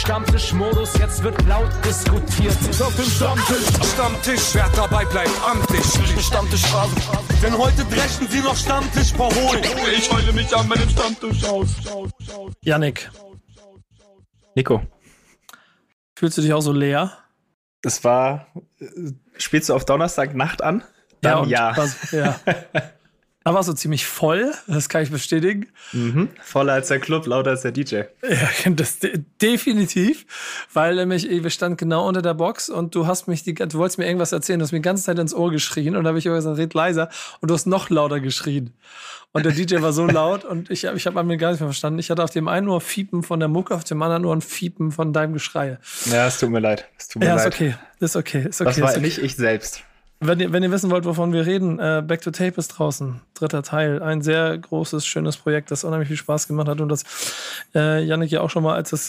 Stammtischmodus, jetzt wird laut diskutiert. Auf dem Stammtisch, wer dabei bleibt, amtlich. Stammtischphase, denn heute dreschen sie noch Stammtisch verholen. Ich heule mich an meinem Stammtisch aus. Yannick. Nico. Fühlst du dich auch so leer? Das war, spielst du auf Donnerstagnacht an? Dann ja. Da war so ziemlich voll, das kann ich bestätigen. Voller als der Club, lauter als der DJ. Ja, das definitiv, weil nämlich, wir standen genau unter der Box und du wolltest mir irgendwas erzählen, du hast mir die ganze Zeit ins Ohr geschrien und da habe ich immer gesagt, red leiser und du hast noch lauter geschrien. Und der DJ war so laut und ich hab mir gar nicht mehr verstanden. Ich hatte auf dem einen Ohr Fiepen von der Mucke, auf dem anderen Ohr ein Fiepen von deinem Geschrei. Ja, es tut mir leid. Ja, ist okay. Das war nicht ich selbst. Wenn ihr wissen wollt, wovon wir reden, Back to Tape ist draußen. 3. Teil. Ein sehr großes, schönes Projekt, das unheimlich viel Spaß gemacht hat und das Yannick ja auch schon mal als das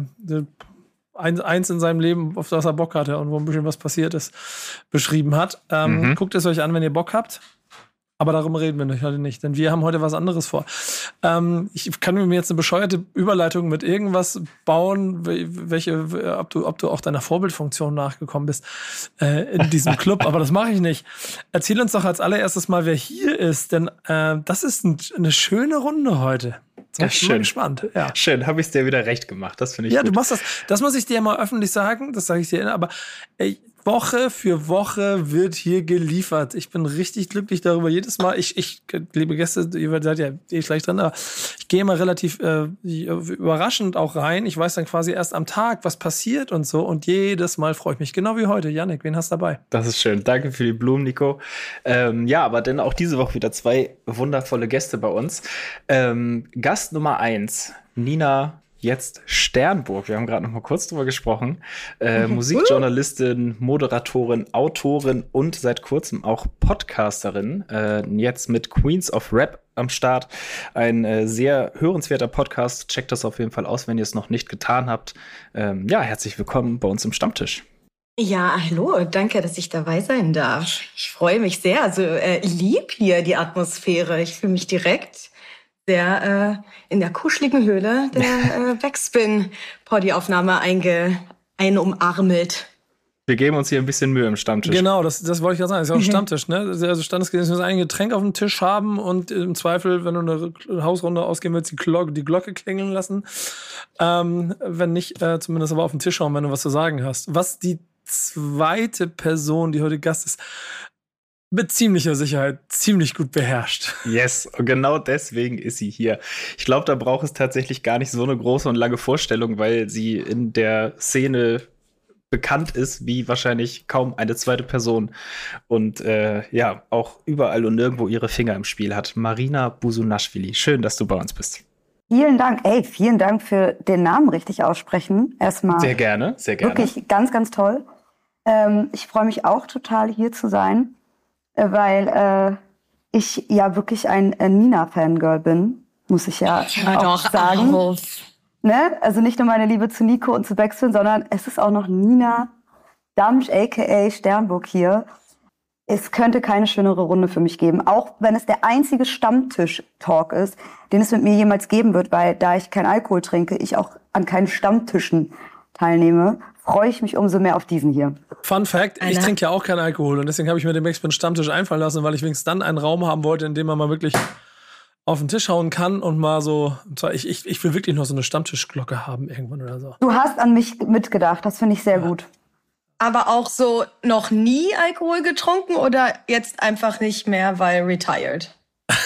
eins in seinem Leben, auf das er Bock hatte und wo ein bisschen was passiert ist, beschrieben hat. Guckt es euch an, wenn ihr Bock habt. Aber darum reden wir heute nicht, denn wir haben heute was anderes vor. Ich kann mir jetzt eine bescheuerte Überleitung mit irgendwas bauen, ob du auch deiner Vorbildfunktion nachgekommen bist in diesem Club, aber das mache ich nicht. Erzähl uns doch als allererstes mal, wer hier ist, denn das ist eine schöne Runde heute. Ja, ich bin mal gespannt. Ja. Schön, habe ich es dir wieder recht gemacht, das finde ich gut. Ja, du machst das. Das muss ich dir mal öffentlich sagen, das sage ich dir, aber Woche für Woche wird hier geliefert. Ich bin richtig glücklich darüber. Jedes Mal, liebe Gäste, ihr seid ja gleich drin, aber ich gehe immer relativ überraschend auch rein. Ich weiß dann quasi erst am Tag, was passiert und so. Und jedes Mal freue ich mich. Genau wie heute. Yannick, wen hast du dabei? Das ist schön. Danke für die Blumen, Nico. Ja, aber dann auch diese Woche wieder 2 wundervolle Gäste bei uns. Gast Nummer 1, Nina jetzt Sternburg. Wir haben gerade noch mal kurz drüber gesprochen. Musikjournalistin, Moderatorin, Autorin und seit kurzem auch Podcasterin. Jetzt mit Queens of Rap am Start. Ein sehr hörenswerter Podcast. Checkt das auf jeden Fall aus, wenn ihr es noch nicht getan habt. Ja, herzlich willkommen bei uns im Stammtisch. Ja, hallo, danke, dass ich dabei sein darf. Ich freue mich sehr. Also lieb hier die Atmosphäre. Ich fühle mich direkt sehr in der kuscheligen Höhle der Backspin-Poddy-Aufnahme umarmelt. Wir geben uns hier ein bisschen Mühe im Stammtisch. Genau, das wollte ich gerade sagen. Das ist ja auch ein Stammtisch, ne? Also standesgemäß muss ein Getränk auf dem Tisch haben und im Zweifel, wenn du eine Hausrunde ausgehen willst, die Glocke klingeln lassen. Wenn nicht, zumindest aber auf den Tisch schauen, wenn du was zu sagen hast. Was die zweite Person, die heute Gast ist, mit ziemlicher Sicherheit ziemlich gut beherrscht. Yes, und genau deswegen ist sie hier. Ich glaube, da braucht es tatsächlich gar nicht so eine große und lange Vorstellung, weil sie in der Szene bekannt ist, wie wahrscheinlich kaum eine zweite Person und ja, auch überall und nirgendwo ihre Finger im Spiel hat. Marina Busunashvili, schön, dass du bei uns bist. Vielen Dank. Vielen Dank für den Namen richtig aussprechen. Erstmal. Sehr gerne, sehr gerne. Wirklich ganz, ganz toll. Ich freue mich auch total, hier zu sein, weil ich ja wirklich ein Nina-Fangirl bin, muss ich ja auch sagen. Ne? Also nicht nur meine Liebe zu Nico und zu Backspin, sondern es ist auch noch Nina Damsch, a.k.a. Sternburg hier. Es könnte keine schönere Runde für mich geben, auch wenn es der einzige Stammtisch-Talk ist, den es mit mir jemals geben wird, weil da ich keinen Alkohol trinke, ich auch an keinen Stammtischen teilnehme, freue ich mich umso mehr auf diesen hier. Fun Fact, ich trinke ja auch keinen Alkohol und deswegen habe ich mir den Backspin Stammtisch einfallen lassen, weil ich wenigstens dann einen Raum haben wollte, in dem man mal wirklich auf den Tisch hauen kann und mal so, ich will wirklich noch so eine Stammtischglocke haben irgendwann oder so. Du hast an mich mitgedacht, das finde ich sehr gut. Aber auch so noch nie Alkohol getrunken oder jetzt einfach nicht mehr, weil retired?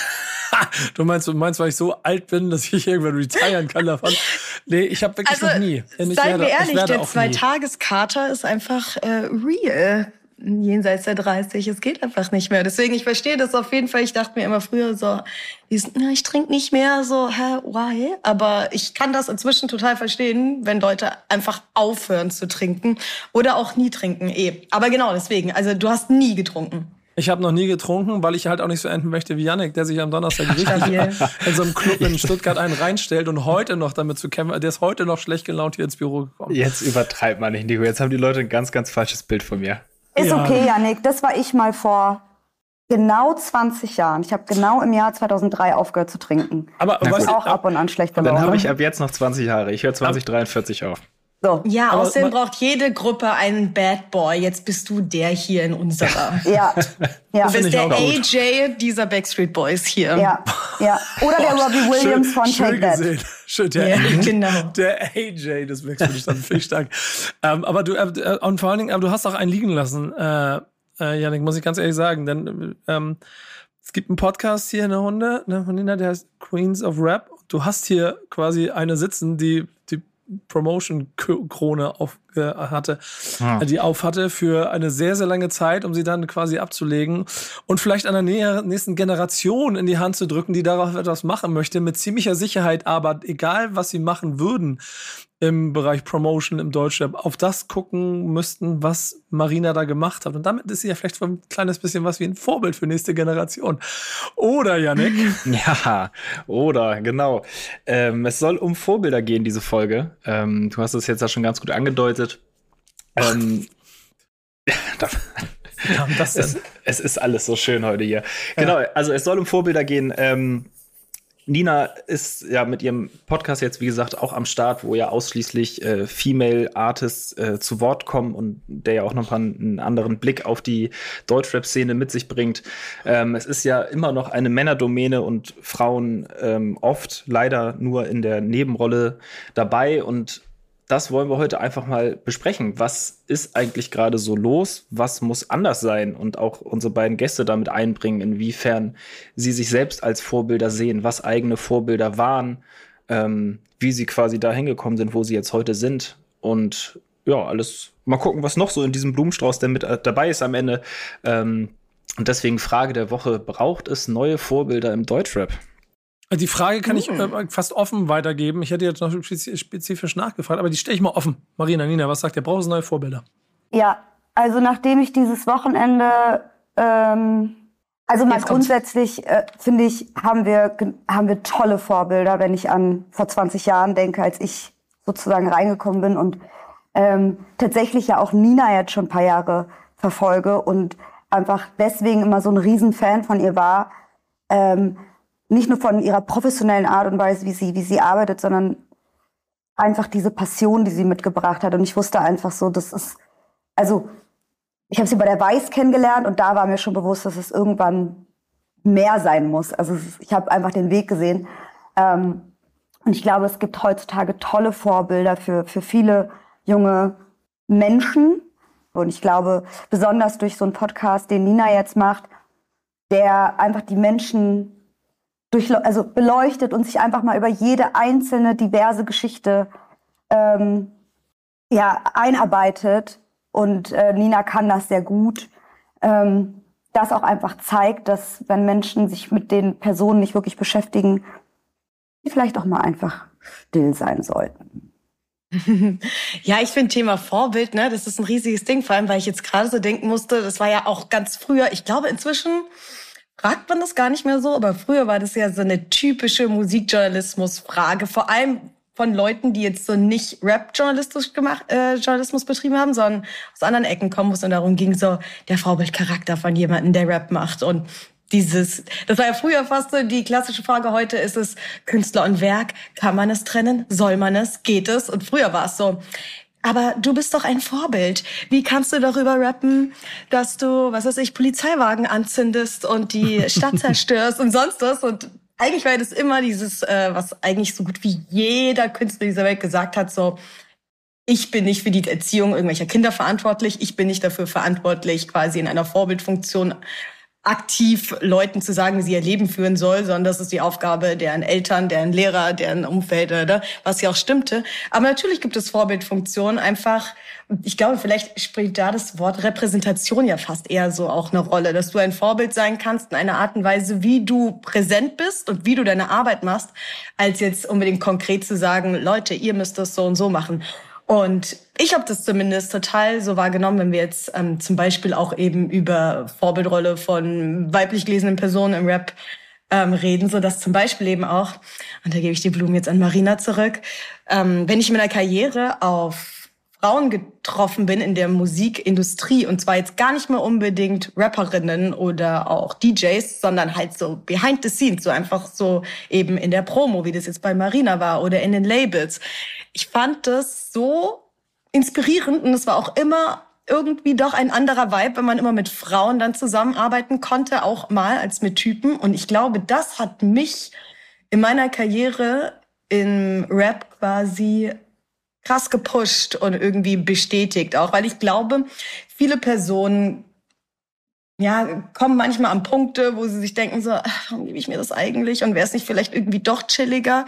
Du meinst, weil ich so alt bin, dass ich irgendwann retiren kann davon? Nee, ich habe wirklich noch nie. Seien wir ehrlich, der 2-Tages-Kater ist einfach real. Jenseits der 30, es geht einfach nicht mehr. Deswegen, ich verstehe das auf jeden Fall. Ich dachte mir immer früher so, ich trinke nicht mehr, so, why? Aber ich kann das inzwischen total verstehen, wenn Leute einfach aufhören zu trinken oder auch nie trinken, Aber genau deswegen, also du hast nie getrunken. Ich habe noch nie getrunken, weil ich halt auch nicht so enden möchte wie Yannick, der sich am Donnerstag richtig in so einem Club in Stuttgart einen reinstellt und heute noch damit zu kämpfen. Der ist heute noch schlecht gelaunt hier ins Büro gekommen. Jetzt übertreibt man nicht, Nico. Jetzt haben die Leute ein ganz, ganz falsches Bild von mir. Ist okay, Yannick. Das war ich mal vor genau 20 Jahren. Ich habe genau im Jahr 2003 aufgehört zu trinken. Aber auch ab und an schlechter Laune. Dann habe ich ab jetzt noch 20 Jahre. Ich höre 2043 auf. So. Ja, außerdem braucht jede Gruppe einen Bad Boy. Jetzt bist du der hier in unserer. Ja. Du bist der AJ dieser Backstreet Boys hier. Ja. Oder der Robbie Williams von Take That. Schön, genau. Der AJ des Backstreet, das finde ich stark. Aber du, und vor allen Dingen, du hast auch einen liegen lassen, Yannick, muss ich ganz ehrlich sagen, denn es gibt einen Podcast hier in der Runde, ne, von Nina, der heißt Queens of Rap. Du hast hier quasi eine sitzen, die Promotion-Krone die auf hatte für eine sehr, sehr lange Zeit, um sie dann quasi abzulegen und vielleicht einer nächsten Generation in die Hand zu drücken, die darauf etwas machen möchte, mit ziemlicher Sicherheit, aber egal, was sie machen würden im Bereich Promotion im Deutschrap, auf das gucken müssten, was Marina da gemacht hat. Und damit ist sie ja vielleicht so ein kleines bisschen was wie ein Vorbild für nächste Generation. Oder, Yannick? Ja, oder, genau. Es soll um Vorbilder gehen, diese Folge. Du hast es jetzt ja schon ganz gut angedeutet. Wie kam das denn? Es ist alles so schön heute hier. Ja. Genau, also es soll um Vorbilder gehen. Nina ist ja mit ihrem Podcast jetzt, wie gesagt, auch am Start, wo ja ausschließlich Female Artists zu Wort kommen und der ja auch noch einen anderen Blick auf die Deutschrap-Szene mit sich bringt. Es ist ja immer noch eine Männerdomäne und Frauen oft leider nur in der Nebenrolle dabei, und das wollen wir heute einfach mal besprechen. Was ist eigentlich gerade so los? Was muss anders sein? Und auch unsere beiden Gäste damit einbringen, inwiefern sie sich selbst als Vorbilder sehen, was eigene Vorbilder waren, wie sie quasi da hingekommen sind, wo sie jetzt heute sind. Und ja, alles mal gucken, was noch so in diesem Blumenstrauß denn mit dabei ist am Ende. Und deswegen Frage der Woche: Braucht es neue Vorbilder im Deutschrap? Die Frage kann ich fast offen weitergeben. Ich hätte jetzt noch spezifisch nachgefragt, aber die stelle ich mal offen. Marina, Nina, was sagt ihr? Braucht es neue Vorbilder? Ja, also nachdem ich dieses Wochenende, also mal grundsätzlich, finde ich, haben wir tolle Vorbilder, wenn ich an vor 20 Jahren denke, als ich sozusagen reingekommen bin und tatsächlich ja auch Nina jetzt schon ein paar Jahre verfolge und einfach deswegen immer so ein Riesenfan von ihr war. Nicht nur von ihrer professionellen Art und Weise, wie sie arbeitet, sondern einfach diese Passion, die sie mitgebracht hat. Und ich wusste einfach so, das ist, also ich habe sie bei der Weiß kennengelernt und da war mir schon bewusst, dass es irgendwann mehr sein muss. Also ich habe einfach den Weg gesehen. Und ich glaube, es gibt heutzutage tolle Vorbilder für viele junge Menschen. Und ich glaube, besonders durch so einen Podcast, den Nina jetzt macht, der einfach die Menschen beleuchtet und sich einfach mal über jede einzelne diverse Geschichte einarbeitet. Und Nina kann das sehr gut. Das auch einfach zeigt, dass wenn Menschen sich mit den Personen nicht wirklich beschäftigen, die vielleicht auch mal einfach still sein sollten. Ja, ich finde Thema Vorbild, ne, das ist ein riesiges Ding, vor allem, weil ich jetzt gerade so denken musste, das war ja auch ganz früher, ich glaube inzwischen fragt man das gar nicht mehr so, aber früher war das ja so eine typische Musikjournalismus-Frage, vor allem von Leuten, die jetzt so nicht Rap-Journalismus betrieben haben, sondern aus anderen Ecken kommen, wo es dann darum ging, so der Vorbildcharakter von jemandem, der Rap macht. Und das war ja früher fast so die klassische Frage, heute ist es Künstler und Werk, kann man es trennen, soll man es, geht es? Und früher war es so, aber du bist doch ein Vorbild. Wie kannst du darüber rappen, dass du, Polizeiwagen anzündest und die Stadt zerstörst und sonst was? Und eigentlich war das immer dieses, was eigentlich so gut wie jeder Künstler dieser Welt gesagt hat, so, ich bin nicht für die Erziehung irgendwelcher Kinder verantwortlich, ich bin nicht dafür verantwortlich, quasi in einer Vorbildfunktion aktiv Leuten zu sagen, wie sie ihr Leben führen soll, sondern das ist die Aufgabe deren Eltern, deren Lehrer, deren Umfeld, oder? Was ja auch stimmte. Aber natürlich gibt es Vorbildfunktionen, einfach, ich glaube, vielleicht spielt da das Wort Repräsentation ja fast eher so auch eine Rolle, dass du ein Vorbild sein kannst in einer Art und Weise, wie du präsent bist und wie du deine Arbeit machst, als jetzt unbedingt konkret zu sagen, Leute, ihr müsst das so und so machen. Und ich habe das zumindest total so wahrgenommen, wenn wir jetzt zum Beispiel auch eben über Vorbildrolle von weiblich gelesenen Personen im Rap reden, so dass zum Beispiel eben auch, und da gebe ich die Blumen jetzt an Marina zurück, wenn ich in meiner Karriere auf Frauen getroffen bin in der Musikindustrie, und zwar jetzt gar nicht mehr unbedingt Rapperinnen oder auch DJs, sondern halt so behind the scenes, so einfach so eben in der Promo, wie das jetzt bei Marina war, oder in den Labels. Ich fand das so inspirierend und es war auch immer irgendwie doch ein anderer Vibe, wenn man immer mit Frauen dann zusammenarbeiten konnte, auch mal als mit Typen. Und ich glaube, das hat mich in meiner Karriere im Rap quasi krass gepusht und irgendwie bestätigt auch, weil ich glaube, viele Personen kommen manchmal an Punkte, wo sie sich denken so, warum gebe ich mir das eigentlich? Und wäre es nicht vielleicht irgendwie doch chilliger,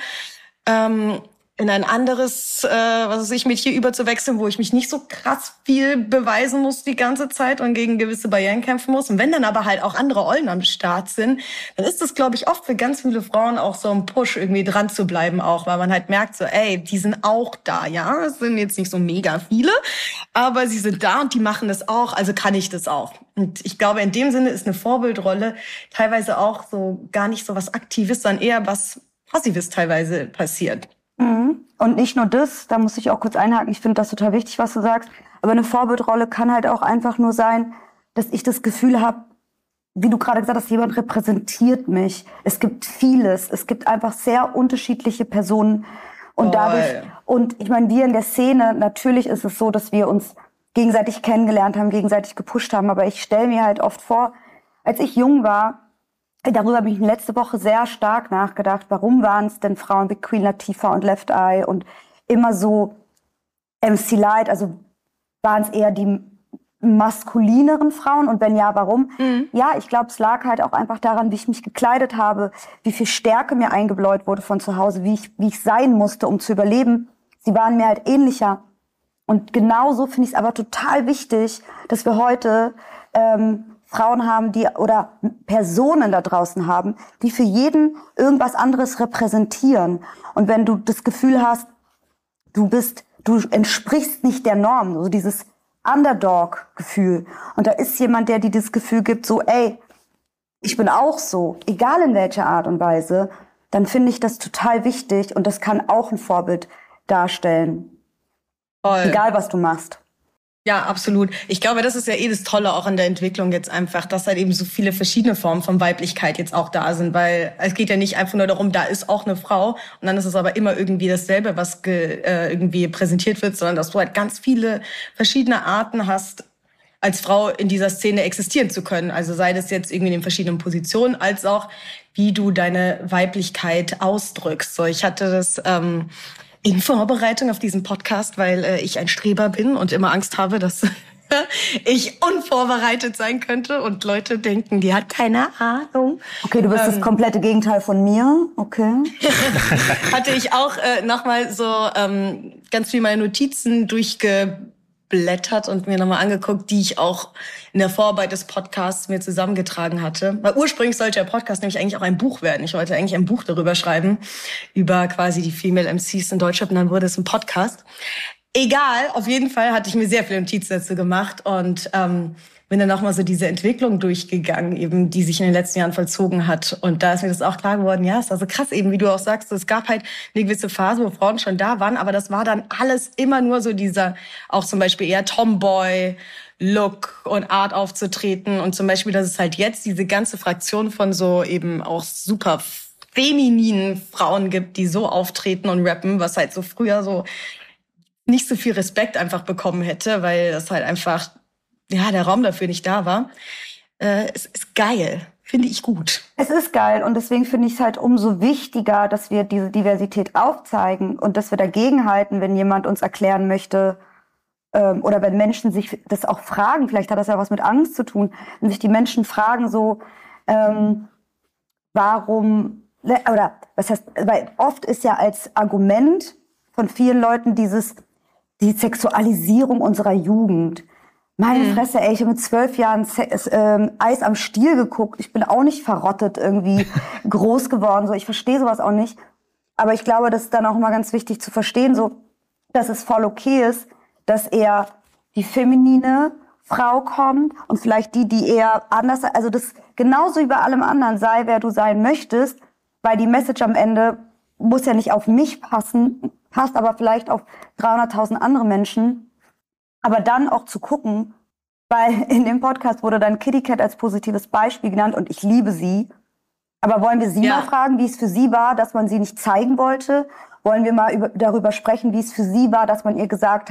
in ein anderes, Metier überzuwechseln, wo ich mich nicht so krass viel beweisen muss die ganze Zeit und gegen gewisse Barrieren kämpfen muss. Und wenn dann aber halt auch andere Ollen am Start sind, dann ist das, glaube ich, oft für ganz viele Frauen auch so ein Push, irgendwie dran zu bleiben auch, weil man halt merkt so, ey, die sind auch da, ja. Es sind jetzt nicht so mega viele, aber sie sind da und die machen das auch, also kann ich das auch. Und ich glaube, in dem Sinne ist eine Vorbildrolle teilweise auch so gar nicht so was Aktives, sondern eher was Passives teilweise passiert. Und nicht nur das, da muss ich auch kurz einhaken, ich finde das total wichtig, was du sagst, aber eine Vorbildrolle kann halt auch einfach nur sein, dass ich das Gefühl habe, wie du gerade gesagt hast, jemand repräsentiert mich. Es gibt vieles, es gibt einfach sehr unterschiedliche Personen und dadurch, und ich meine, wir in der Szene, natürlich ist es so, dass wir uns gegenseitig kennengelernt haben, gegenseitig gepusht haben, aber ich stelle mir halt oft vor, als ich jung war, darüber habe ich letzte Woche sehr stark nachgedacht, warum waren es denn Frauen wie Queen Latifah und Left Eye und immer so MC Lyte, also waren es eher die maskulineren Frauen und wenn ja, warum? Ja, ich glaube, es lag halt auch einfach daran, wie ich mich gekleidet habe, wie viel Stärke mir eingebläut wurde von zu Hause, wie ich sein musste, um zu überleben. Sie waren mir halt ähnlicher. Und genauso finde ich es aber total wichtig, dass wir heute Frauen haben, oder Personen da draußen haben, die für jeden irgendwas anderes repräsentieren. Und wenn du das Gefühl hast, du entsprichst nicht der Norm, so dieses Underdog-Gefühl. Und da ist jemand, der dir das Gefühl gibt, so, ey, ich bin auch so, egal in welcher Art und Weise, dann finde ich das total wichtig und das kann auch ein Vorbild darstellen. Voll. Egal, was du machst. Ja, absolut. Ich glaube, das ist ja das Tolle auch an der Entwicklung jetzt einfach, dass halt eben so viele verschiedene Formen von Weiblichkeit jetzt auch da sind, weil es geht ja nicht einfach nur darum, da ist auch eine Frau und dann ist es aber immer irgendwie dasselbe, was irgendwie präsentiert wird, sondern dass du halt ganz viele verschiedene Arten hast, als Frau in dieser Szene existieren zu können. Also sei das jetzt irgendwie in den verschiedenen Positionen, als auch wie du deine Weiblichkeit ausdrückst. So, ich hatte das in Vorbereitung auf diesen Podcast, weil ich ein Streber bin und immer Angst habe, dass ich unvorbereitet sein könnte und Leute denken, die hat keine Ahnung. Okay, du bist das komplette Gegenteil von mir. Okay. Hatte ich auch nochmal so ganz viel meine Notizen durchgeblättert und mir nochmal angeguckt, die ich auch in der Vorarbeit des Podcasts mir zusammengetragen hatte. Weil ursprünglich sollte der Podcast nämlich eigentlich auch ein Buch werden. Ich wollte eigentlich ein Buch darüber schreiben, über quasi die Female MCs in Deutschland und dann wurde es ein Podcast. Egal, auf jeden Fall hatte ich mir sehr viele Notizen dazu gemacht und bin dann nochmal so diese Entwicklung durchgegangen, eben die sich in den letzten Jahren vollzogen hat. Und da ist mir das auch klar geworden, ja, es war so krass eben, wie du auch sagst, es gab halt eine gewisse Phase, wo Frauen schon da waren, aber das war dann alles immer nur so dieser, auch zum Beispiel eher Tomboy, Look und Art aufzutreten und zum Beispiel, dass es halt jetzt diese ganze Fraktion von so eben auch super femininen Frauen gibt, die so auftreten und rappen, was halt so früher so nicht so viel Respekt einfach bekommen hätte, weil das halt einfach, ja, der Raum dafür nicht da war. Es ist geil. Finde ich gut. Es ist geil und deswegen finde ich es halt umso wichtiger, dass wir diese Diversität aufzeigen und dass wir dagegenhalten, wenn jemand uns erklären möchte, oder wenn Menschen sich das auch fragen, vielleicht hat das ja was mit Angst zu tun, wenn sich die Menschen fragen so, warum, oder was heißt, weil oft ist ja als Argument von vielen Leuten die Sexualisierung unserer Jugend. Meine Fresse, ey, ich habe mit 12 Jahren Eis am Stiel geguckt. Ich bin auch nicht verrottet irgendwie groß geworden. So, ich verstehe sowas auch nicht. Aber ich glaube, das ist dann auch mal ganz wichtig zu verstehen, so, dass es voll okay ist, dass eher die feminine Frau kommt und vielleicht die eher anders, also das genauso wie bei allem anderen, sei wer du sein möchtest, weil die Message am Ende muss ja nicht auf mich passen, passt aber vielleicht auf 300.000 andere Menschen. Aber dann auch zu gucken, weil in dem Podcast wurde dann Kitty Cat als positives Beispiel genannt und ich liebe sie. Aber wollen wir sie mal fragen, wie es für sie war, dass man sie nicht zeigen wollte? Wollen wir mal darüber sprechen, wie es für sie war, dass man ihr gesagt hat,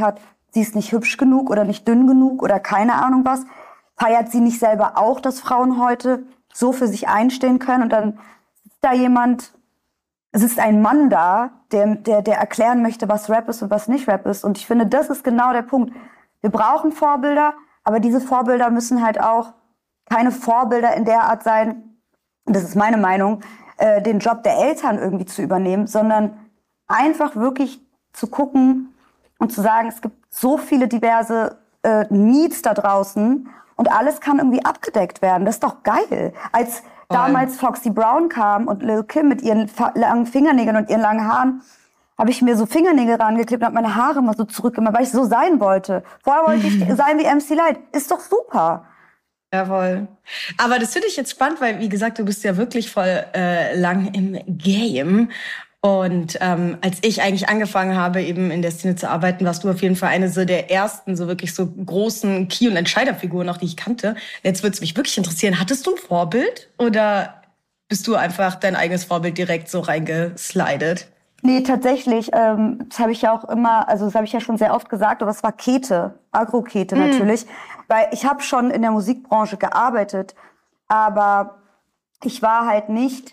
sie ist nicht hübsch genug oder nicht dünn genug oder keine Ahnung was. Feiert sie nicht selber auch, dass Frauen heute so für sich einstehen können? Und dann ist da jemand, es ist ein Mann da, der erklären möchte, was Rap ist und was nicht Rap ist. Und ich finde, das ist genau der Punkt. Wir brauchen Vorbilder, aber diese Vorbilder müssen halt auch keine Vorbilder in der Art sein, und das ist meine Meinung, den Job der Eltern irgendwie zu übernehmen, sondern einfach wirklich zu gucken und zu sagen, es gibt so viele diverse Needs da draußen und alles kann irgendwie abgedeckt werden. Das ist doch geil. Als damals Foxy Brown kam und Lil Kim mit ihren langen Fingernägeln und ihren langen Haaren, habe ich mir so Fingernägel rangeklebt und habe meine Haare mal so zurückgemacht, weil ich so sein wollte. Vorher wollte ich sein wie MC Lyte. Ist doch super. Jawohl. Aber das finde ich jetzt spannend, weil, wie gesagt, du bist ja wirklich voll lang im Game. Und als ich eigentlich angefangen habe, eben in der Szene zu arbeiten, warst du auf jeden Fall eine so der ersten, so wirklich so großen Key- und Entscheiderfiguren, auch die ich kannte. Jetzt würde es mich wirklich interessieren, hattest du ein Vorbild oder bist du einfach dein eigenes Vorbild direkt so reingeslidet? Nee, tatsächlich, das habe ich ja auch immer, also das habe ich ja schon sehr oft gesagt, aber es war Käthe, Agro-Käthe natürlich, weil ich habe schon in der Musikbranche gearbeitet, aber ich war halt nicht,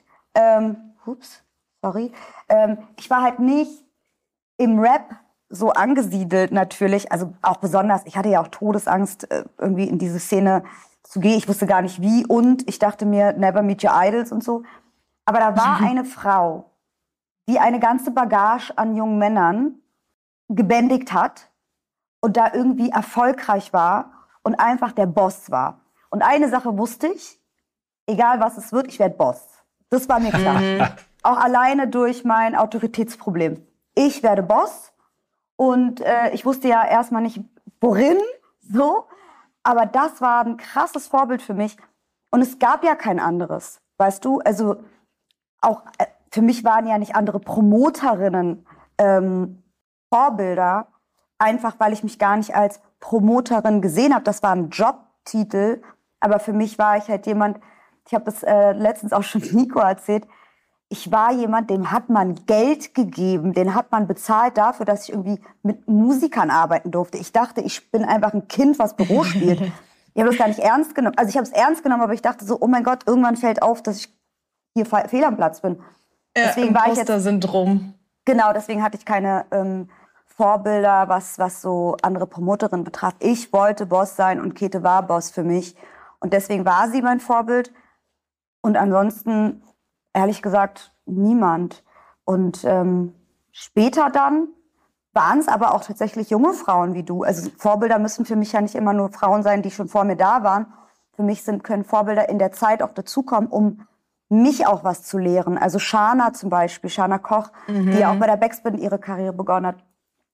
ich war halt nicht im Rap so angesiedelt natürlich, also auch besonders, ich hatte ja auch Todesangst, irgendwie in diese Szene zu gehen, ich wusste gar nicht wie und ich dachte mir, never meet your idols und so, aber da war eine Frau, die eine ganze Bagage an jungen Männern gebändigt hat und da irgendwie erfolgreich war und einfach der Boss war. Und eine Sache wusste ich, egal was es wird, ich werde Boss. Das war mir klar. Auch alleine durch mein Autoritätsproblem. Ich werde Boss und ich wusste ja erstmal nicht, worin, so. Aber das war ein krasses Vorbild für mich. Und es gab ja kein anderes, weißt du? Also auch für mich waren ja nicht andere Promoterinnen Vorbilder, einfach weil ich mich gar nicht als Promoterin gesehen habe. Das war ein Jobtitel, aber für mich war ich halt jemand, ich habe das letztens auch schon Nico erzählt, ich war jemand, dem hat man Geld gegeben, den hat man bezahlt dafür, dass ich irgendwie mit Musikern arbeiten durfte. Ich dachte, ich bin einfach ein Kind, was Büro spielt. Ich habe das gar nicht ernst genommen. Also ich habe es ernst genommen, aber ich dachte so, oh mein Gott, irgendwann fällt auf, dass ich hier fehl am Platz bin. Deswegen war ich Imposter-Syndrom. Genau, deswegen hatte ich keine Vorbilder, was so andere Promoterinnen betraf. Ich wollte Boss sein und Käthe war Boss für mich. Und deswegen war sie mein Vorbild. Und ansonsten, ehrlich gesagt, niemand. Und später dann waren es aber auch tatsächlich junge Frauen wie du. Also Vorbilder müssen für mich ja nicht immer nur Frauen sein, die schon vor mir da waren. Für mich können Vorbilder in der Zeit auch dazukommen, um mich auch was zu lehren. Also Shana zum Beispiel, Shana Koch, die ja auch bei der Backspin ihre Karriere begonnen hat.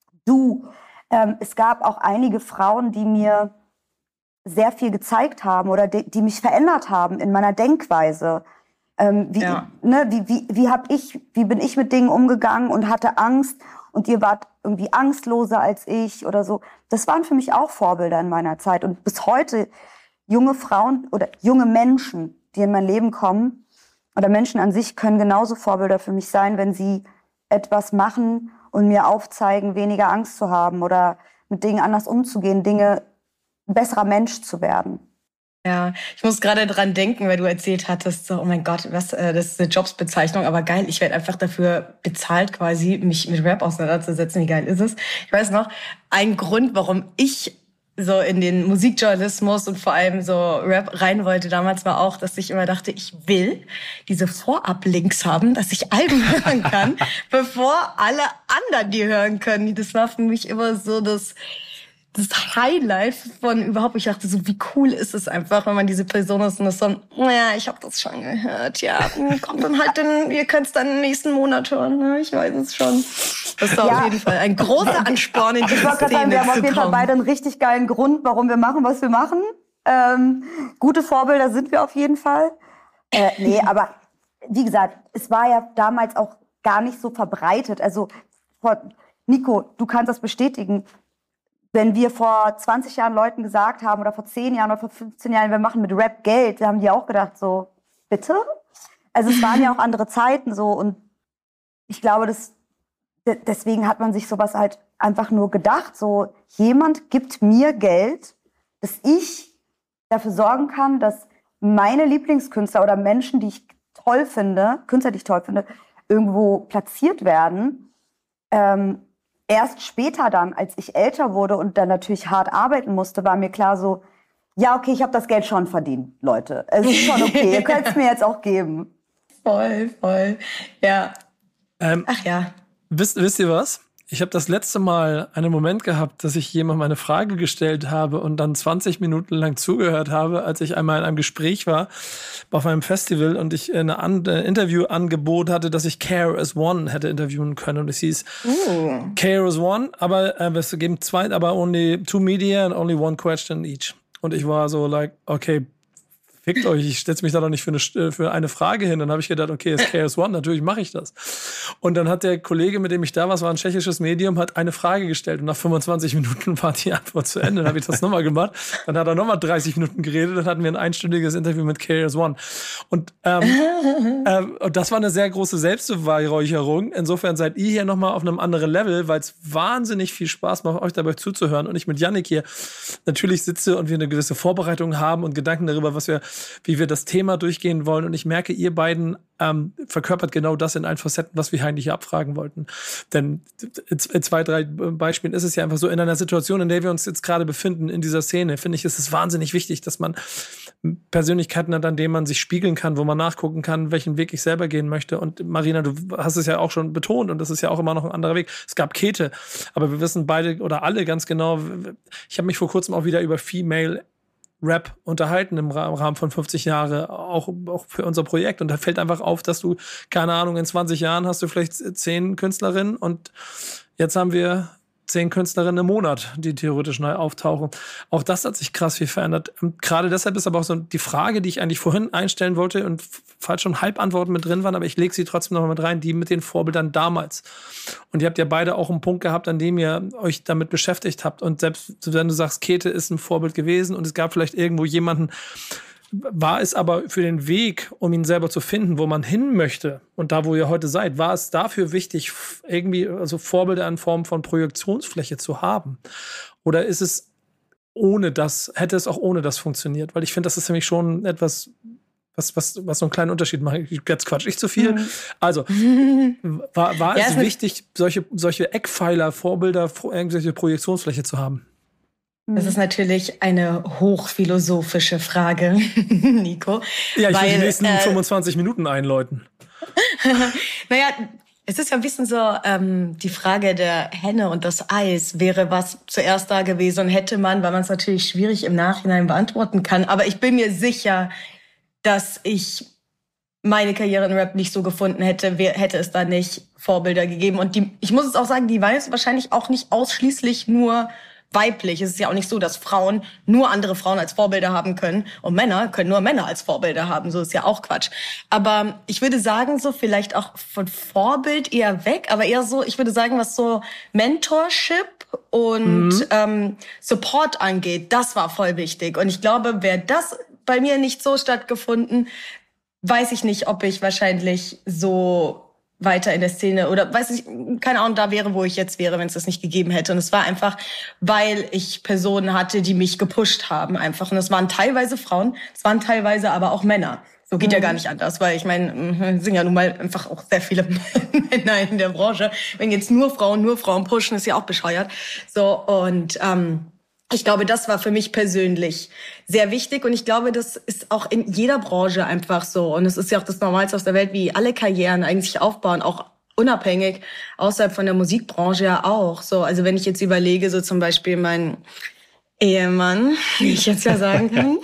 Es gab auch einige Frauen, die mir sehr viel gezeigt haben oder die mich verändert haben in meiner Denkweise. Wie bin ich mit Dingen umgegangen und hatte Angst und ihr wart irgendwie angstloser als ich oder so. Das waren für mich auch Vorbilder in meiner Zeit. Und bis heute junge Frauen oder junge Menschen, die in mein Leben kommen, oder Menschen an sich können genauso Vorbilder für mich sein, wenn sie etwas machen und mir aufzeigen, weniger Angst zu haben oder mit Dingen anders umzugehen, ein besserer Mensch zu werden. Ja, ich muss gerade dran denken, weil du erzählt hattest, so, oh mein Gott, das ist eine Jobsbezeichnung, aber geil, ich werde einfach dafür bezahlt quasi, mich mit Rap auseinanderzusetzen, wie geil ist es? Ich weiß noch, ein Grund, warum ich so in den Musikjournalismus und vor allem so Rap rein wollte damals, war auch, dass ich immer dachte, ich will diese Vorab-Links haben, dass ich Alben hören kann, bevor alle anderen die hören können. Das war für mich immer so das Highlight von überhaupt. Ich dachte so, wie cool ist es einfach, wenn man diese Person ist und das so, naja, ich habe das schon gehört, ja, kommt dann halt, ihr könnt es dann im nächsten Monat hören, ne? Ich weiß es schon. Das war auf jeden Fall ein großer Ansporn in diese Szene zu kommen. Wir haben auf jeden Fall beide einen richtig geilen Grund, warum wir machen, was wir machen. Gute Vorbilder sind wir auf jeden Fall. Aber wie gesagt, es war ja damals auch gar nicht so verbreitet. Also, Nico, du kannst das bestätigen. Wenn wir vor 20 Jahren Leuten gesagt haben oder vor 10 Jahren oder vor 15 Jahren, wir machen mit Rap Geld, wir haben die auch gedacht so, bitte? Also es waren ja auch andere Zeiten so und ich glaube, deswegen hat man sich sowas halt einfach nur gedacht, so jemand gibt mir Geld, dass ich dafür sorgen kann, dass meine Lieblingskünstler oder Menschen, die ich toll finde, Künstler, die ich toll finde, irgendwo platziert werden. Erst später dann, als ich älter wurde und dann natürlich hart arbeiten musste, war mir klar so, ja, okay, ich habe das Geld schon verdient, Leute. Es ist schon okay, ihr könnt es mir jetzt auch geben. Voll, ja. Ach ja. Wisst ihr was? Ich habe das letzte Mal einen Moment gehabt, dass ich jemandem eine Frage gestellt habe und dann 20 Minuten lang zugehört habe, als ich einmal in einem Gespräch war auf einem Festival und ich ein Interviewangebot hatte, dass ich KRS-One hätte interviewen können. Und es hieß KRS-One, aber wir geben zwei, aber only 2 media and only 1 question each. Und ich war so like, okay, fickt euch, ich setze mich da doch nicht für eine Frage hin. Dann habe ich gedacht, okay, ist KRS-One, natürlich mache ich das. Und dann hat der Kollege, mit dem ich da war, es war ein tschechisches Medium, hat eine Frage gestellt und nach 25 Minuten war die Antwort zu Ende. Dann habe ich das nochmal gemacht. Dann hat er nochmal 30 Minuten geredet, dann hatten wir ein einstündiges Interview mit KRS-One. Und das war eine sehr große Selbstbeweihräucherung. Insofern seid ihr hier nochmal auf einem anderen Level, weil es wahnsinnig viel Spaß macht, euch dabei zuzuhören. Und ich mit Yannick hier natürlich sitze und wir eine gewisse Vorbereitung haben und Gedanken darüber, wie wir das Thema durchgehen wollen. Und ich merke, ihr beiden verkörpert genau das in allen Facetten, was wir eigentlich hier abfragen wollten. Denn in 2, 3 Beispielen ist es ja einfach so, in einer Situation, in der wir uns jetzt gerade befinden, in dieser Szene, finde ich, ist es wahnsinnig wichtig, dass man Persönlichkeiten hat, an denen man sich spiegeln kann, wo man nachgucken kann, welchen Weg ich selber gehen möchte. Und Marina, du hast es ja auch schon betont und das ist ja auch immer noch ein anderer Weg. Es gab Käthe, aber wir wissen beide oder alle ganz genau, ich habe mich vor kurzem auch wieder über Female Rap unterhalten im Rahmen von 50 Jahre, auch für unser Projekt. Und da fällt einfach auf, dass du, keine Ahnung, in 20 Jahren hast du vielleicht 10 Künstlerinnen und jetzt haben wir 10 Künstlerinnen im Monat, die theoretisch neu auftauchen. Auch das hat sich krass viel verändert. Gerade deshalb ist aber auch so die Frage, die ich eigentlich vorhin einstellen wollte und falls schon Halbantworten mit drin waren, aber ich lege sie trotzdem noch mal mit rein, die mit den Vorbildern damals. Und ihr habt ja beide auch einen Punkt gehabt, an dem ihr euch damit beschäftigt habt. Und selbst wenn du sagst, Käthe ist ein Vorbild gewesen und es gab vielleicht irgendwo jemanden, war es aber für den Weg, um ihn selber zu finden, wo man hin möchte und da, wo ihr heute seid, war es dafür wichtig, irgendwie also Vorbilder in Form von Projektionsfläche zu haben? Oder ist es hätte es auch ohne das funktioniert? Weil ich finde, das ist nämlich schon etwas, was so einen kleinen Unterschied macht. Jetzt quatsch ich zu viel. Also, war es wichtig, solche Eckpfeiler, Vorbilder, irgendwelche Projektionsfläche zu haben? Das ist natürlich eine hochphilosophische Frage, Nico. Ja, ich will die nächsten 25 Minuten einläuten. Naja, es ist ja ein bisschen so, die Frage der Henne und das Eis. Wäre was zuerst da gewesen und hätte man, weil man es natürlich schwierig im Nachhinein beantworten kann. Aber ich bin mir sicher, dass ich meine Karriere in Rap nicht so gefunden hätte, hätte es da nicht Vorbilder gegeben. Und ich muss es auch sagen, die waren jetzt wahrscheinlich auch nicht ausschließlich nur weiblich. Es ist ja auch nicht so, dass Frauen nur andere Frauen als Vorbilder haben können und Männer können nur Männer als Vorbilder haben. So ist ja auch Quatsch. Aber ich würde sagen, so vielleicht auch von Vorbild eher weg, aber eher so, ich würde sagen, was so Mentorship und Support angeht, das war voll wichtig. Und ich glaube, wäre das bei mir nicht so stattgefunden, weiß ich nicht, ob ich wahrscheinlich so weiter in der Szene oder weiß ich, keine Ahnung, da wäre, wo ich jetzt wäre, wenn es das nicht gegeben hätte. Und es war einfach, weil ich Personen hatte, die mich gepusht haben einfach. Und es waren teilweise Frauen, es waren teilweise aber auch Männer. So geht ja gar nicht anders, weil ich meine, es sind ja nun mal einfach auch sehr viele Männer in der Branche. Wenn jetzt nur Frauen pushen, ist ja auch bescheuert. So, und ich glaube, das war für mich persönlich sehr wichtig und ich glaube, das ist auch in jeder Branche einfach so und es ist ja auch das Normalste auf der Welt, wie alle Karrieren eigentlich aufbauen, auch unabhängig, außerhalb von der Musikbranche ja auch. So, also wenn ich jetzt überlege, so zum Beispiel mein Ehemann, wie ich jetzt ja sagen kann,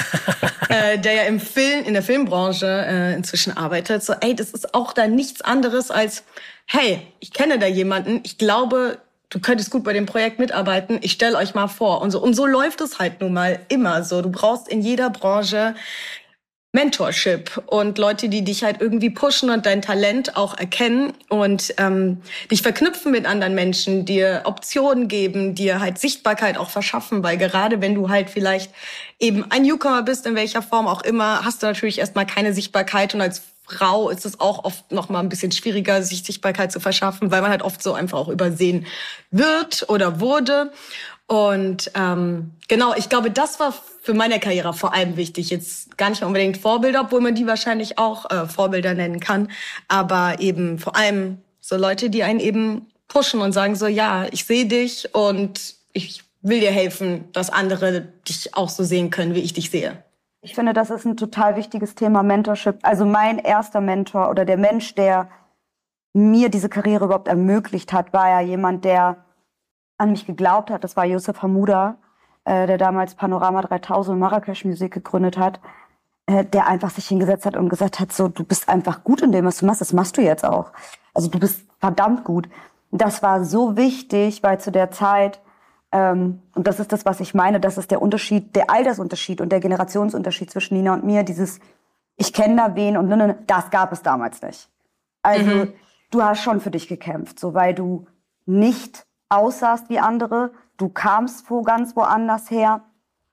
der ja in der Filmbranche inzwischen arbeitet, so das ist auch da nichts anderes als, hey, ich kenne da jemanden, ich glaube, du könntest gut bei dem Projekt mitarbeiten, ich stelle euch mal vor. Und so läuft es halt nun mal immer so. Du brauchst in jeder Branche Mentorship und Leute, die dich halt irgendwie pushen und dein Talent auch erkennen und dich verknüpfen mit anderen Menschen, dir Optionen geben, dir halt Sichtbarkeit auch verschaffen. Weil gerade wenn du halt vielleicht eben ein Newcomer bist, in welcher Form auch immer, hast du natürlich erstmal keine Sichtbarkeit und als Frau ist es auch oft noch mal ein bisschen schwieriger, sich Sichtbarkeit zu verschaffen, weil man halt oft so einfach auch übersehen wird oder wurde. Und genau, ich glaube, das war für meine Karriere vor allem wichtig. Jetzt gar nicht unbedingt Vorbilder, obwohl man die wahrscheinlich auch Vorbilder nennen kann. Aber eben vor allem so Leute, die einen eben pushen und sagen so, ja, ich sehe dich und ich will dir helfen, dass andere dich auch so sehen können, wie ich dich sehe. Ich finde, das ist ein total wichtiges Thema, Mentorship. Also mein erster Mentor oder der Mensch, der mir diese Karriere überhaupt ermöglicht hat, war ja jemand, der an mich geglaubt hat. Das war Youssef Hamouda, der damals Panorama 3000 und Marrakesch Musik gegründet hat, der einfach sich hingesetzt hat und gesagt hat, so, du bist einfach gut in dem, was du machst, das machst du jetzt auch. Also du bist verdammt gut. Das war so wichtig, weil zu der Zeit, und das ist das, was ich meine, das ist der Unterschied, der Altersunterschied und der Generationsunterschied zwischen Nina und mir, dieses, ich kenne da wen und das gab es damals nicht. Also du hast schon für dich gekämpft, so, weil du nicht aussahst wie andere, du kamst ganz woanders her.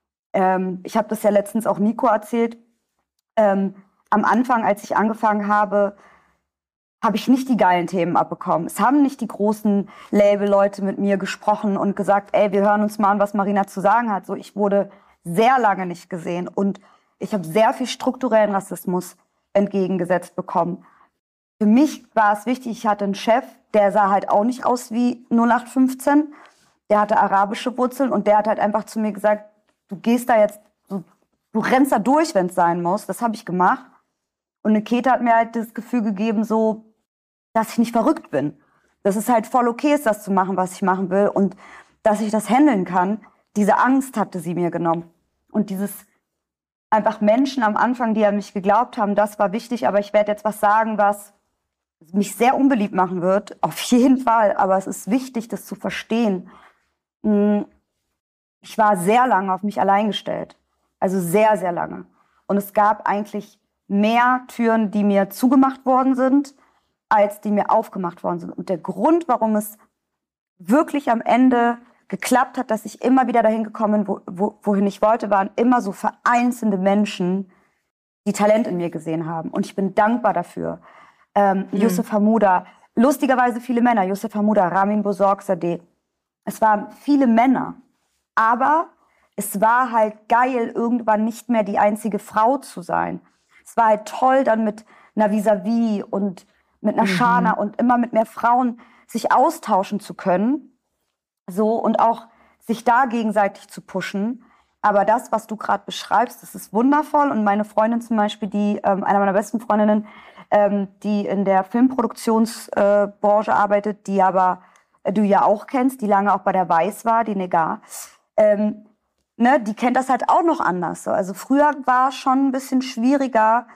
Ich habe das ja letztens auch Nico erzählt. Am Anfang, als ich angefangen habe ich nicht die geilen Themen abbekommen. Es haben nicht die großen Label-Leute mit mir gesprochen und gesagt, ey, wir hören uns mal an, was Marina zu sagen hat. So, ich wurde sehr lange nicht gesehen und ich habe sehr viel strukturellen Rassismus entgegengesetzt bekommen. Für mich war es wichtig, ich hatte einen Chef, der sah halt auch nicht aus wie 0815. Der hatte arabische Wurzeln und der hat halt einfach zu mir gesagt, du gehst da jetzt, du rennst da durch, wenn es sein muss. Das habe ich gemacht. Und eine Kete hat mir halt das Gefühl gegeben, so, dass ich nicht verrückt bin. Dass es halt voll okay ist, das zu machen, was ich machen will. Und dass ich das handeln kann. Diese Angst hatte sie mir genommen. Und dieses einfach Menschen am Anfang, die an mich geglaubt haben, das war wichtig. Aber ich werde jetzt was sagen, was mich sehr unbeliebt machen wird. Auf jeden Fall. Aber es ist wichtig, das zu verstehen. Ich war sehr lange auf mich allein gestellt. Also sehr, sehr lange. Und es gab eigentlich mehr Türen, die mir zugemacht worden sind, als die mir aufgemacht worden sind. Und der Grund, warum es wirklich am Ende geklappt hat, dass ich immer wieder dahin gekommen bin, wohin ich wollte, waren immer so vereinzelte Menschen, die Talent in mir gesehen haben. Und ich bin dankbar dafür. Youssef Hamouda, lustigerweise viele Männer, Youssef Hamouda, Ramin Bozorgzadeh. Es waren viele Männer, aber es war halt geil, irgendwann nicht mehr die einzige Frau zu sein. Es war halt toll, dann mit einer Vis-à-vis und mit einer Shana und immer mit mehr Frauen sich austauschen zu können. So, und auch sich da gegenseitig zu pushen. Aber das, was du gerade beschreibst, das ist wundervoll. Und meine Freundin zum Beispiel, die eine meiner besten Freundinnen, die in der Filmproduktionsbranche arbeitet, die aber du ja auch kennst, die lange auch bei der Weiß war, die Negar, die kennt das halt auch noch anders. So. Also früher war es schon ein bisschen schwieriger,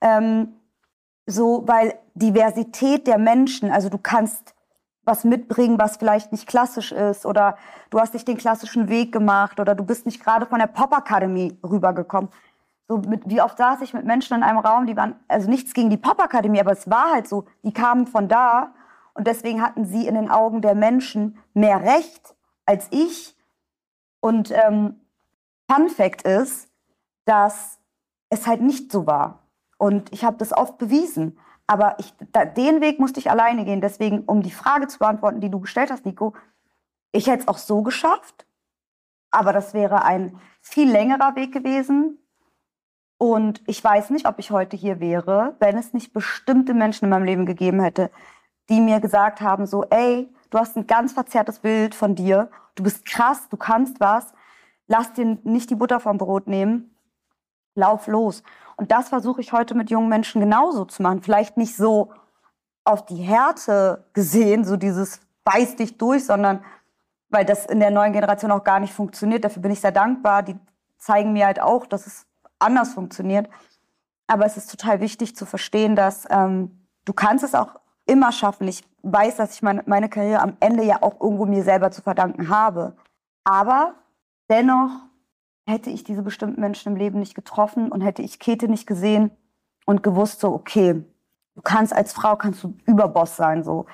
weil Diversität der Menschen, also du kannst was mitbringen, was vielleicht nicht klassisch ist oder du hast nicht den klassischen Weg gemacht oder du bist nicht gerade von der Popakademie rübergekommen. So wie oft saß ich mit Menschen in einem Raum, die waren, also nichts gegen die Popakademie, aber es war halt so, die kamen von da und deswegen hatten sie in den Augen der Menschen mehr Recht als ich. Und Fun Fact ist, dass es halt nicht so war. Und ich habe das oft bewiesen. Aber den Weg musste ich alleine gehen. Deswegen, um die Frage zu beantworten, die du gestellt hast, Nico, ich hätte es auch so geschafft. Aber das wäre ein viel längerer Weg gewesen. Und ich weiß nicht, ob ich heute hier wäre, wenn es nicht bestimmte Menschen in meinem Leben gegeben hätte, die mir gesagt haben, so, ey, du hast ein ganz verzerrtes Bild von dir. Du bist krass, du kannst was. Lass dir nicht die Butter vom Brot nehmen. Lauf los. Und das versuche ich heute mit jungen Menschen genauso zu machen. Vielleicht nicht so auf die Härte gesehen, so dieses beiß dich durch, sondern weil das in der neuen Generation auch gar nicht funktioniert. Dafür bin ich sehr dankbar. Die zeigen mir halt auch, dass es anders funktioniert. Aber es ist total wichtig zu verstehen, dass du kannst es auch immer schaffen. Ich weiß, dass ich meine Karriere am Ende ja auch irgendwo mir selber zu verdanken habe. Aber dennoch hätte ich diese bestimmten Menschen im Leben nicht getroffen und hätte ich Käthe nicht gesehen und gewusst, so, okay, du kannst als Frau, Überboss sein, so.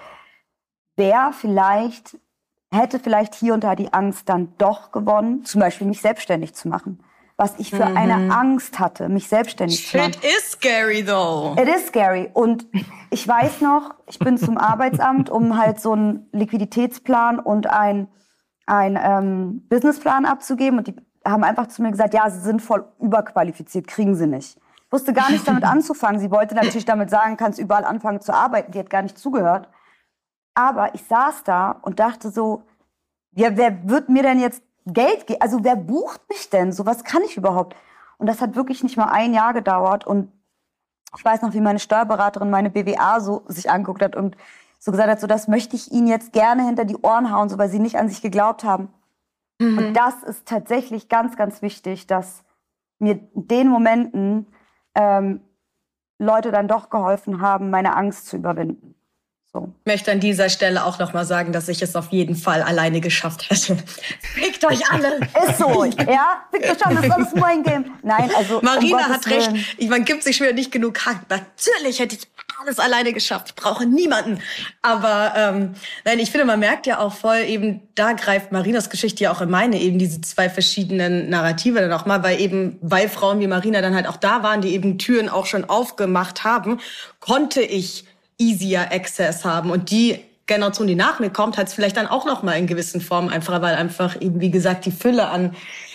Hätte vielleicht hier und da die Angst dann doch gewonnen, zum Beispiel mich selbstständig zu machen. was ich für eine Angst hatte, mich selbstständig zu machen. Shit is scary, though. It is scary. Und ich weiß noch, ich bin zum Arbeitsamt, um halt so einen Liquiditätsplan und einen Businessplan abzugeben. Und die haben einfach zu mir gesagt, ja, sie sind voll überqualifiziert, kriegen sie nicht. Ich wusste gar nicht damit anzufangen. Sie wollte natürlich damit sagen, kannst überall anfangen zu arbeiten. Die hat gar nicht zugehört. Aber ich saß da und dachte so, ja, wer wird mir denn jetzt Geld geben? Also wer bucht mich denn? So was kann ich überhaupt? Und das hat wirklich nicht mal 1 Jahr gedauert. Und ich weiß noch, wie meine Steuerberaterin meine BWA so sich angeguckt hat und so gesagt hat, so das möchte ich Ihnen jetzt gerne hinter die Ohren hauen, so weil Sie nicht an sich geglaubt haben. Und das ist tatsächlich ganz, ganz wichtig, dass mir in den Momenten Leute dann doch geholfen haben, meine Angst zu überwinden. So. Ich möchte an dieser Stelle auch noch mal sagen, dass ich es auf jeden Fall alleine geschafft hätte. Fickt euch alle! Ist so, ja? Fickt euch alle, das ist alles mein Game. Nein, also Marina hat recht. Man gibt sich schwer nicht genug Hack. Natürlich hätte ich alles alleine geschafft. Ich brauche niemanden. Aber nein, ich finde, man merkt ja auch voll eben, da greift Marinas Geschichte ja auch in meine, eben diese 2 verschiedenen Narrative dann auch mal, weil Frauen wie Marina dann halt auch da waren, die eben Türen auch schon aufgemacht haben, konnte ich easier Access haben. Und die Generation, die nach mir kommt, hat es vielleicht dann auch noch mal in gewissen Formen einfacher, weil einfach eben, wie gesagt, die Fülle an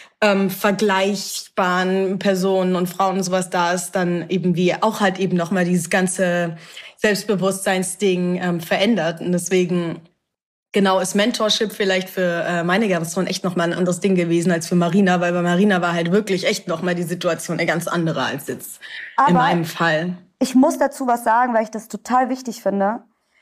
vergleichbaren Personen und Frauen und sowas da ist, dann eben wie auch halt eben noch mal dieses ganze Selbstbewusstseinsding verändert. Und deswegen genau ist Mentorship vielleicht für meine Generation echt noch mal ein anderes Ding gewesen als für Marina, weil bei Marina war halt wirklich echt noch mal die Situation eine ganz andere als jetzt in meinem Fall. Ich muss dazu was sagen, weil ich das total wichtig finde,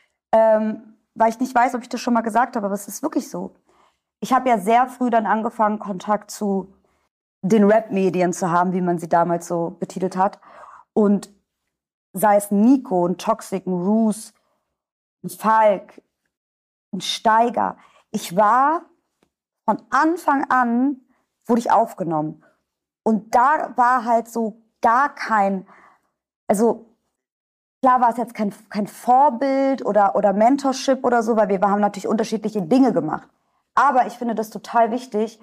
weil ich nicht weiß, ob ich das schon mal gesagt habe, aber es ist wirklich so. Ich habe ja sehr früh dann angefangen, Kontakt zu den Rap-Medien zu haben, wie man sie damals so betitelt hat. Und sei es Nico, ein Toxic, ein Roos, ein Falk, ein Steiger. Ich war von Anfang an, wurde ich aufgenommen. Und da war halt so gar kein, also klar war es jetzt kein Vorbild oder Mentorship oder so, weil wir haben natürlich unterschiedliche Dinge gemacht. Aber ich finde das total wichtig,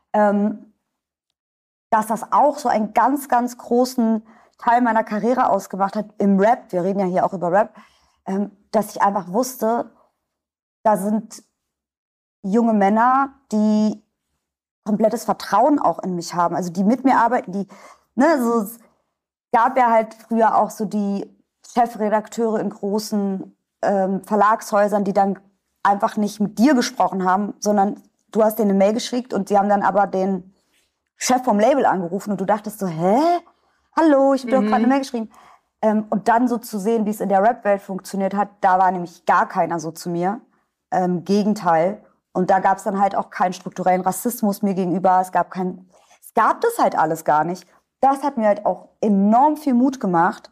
dass das auch so einen ganz, ganz großen Teil meiner Karriere ausgemacht hat im Rap. Wir reden ja hier auch über Rap, dass ich einfach wusste, da sind junge Männer, die komplettes Vertrauen auch in mich haben, also die mit mir arbeiten, die, ne, so, es gab ja halt früher auch so die Chefredakteure in großen Verlagshäusern, die dann einfach nicht mit dir gesprochen haben, sondern du hast denen eine Mail geschickt und die haben dann aber den Chef vom Label angerufen und du dachtest so, hä? Hallo, ich habe doch gerade eine Mail geschrieben. Und dann so zu sehen, wie es in der Rap-Welt funktioniert hat, da war nämlich gar keiner so zu mir. Gegenteil. Und da gab es dann halt auch keinen strukturellen Rassismus mir gegenüber. Es gab das halt alles gar nicht. Das hat mir halt auch enorm viel Mut gemacht,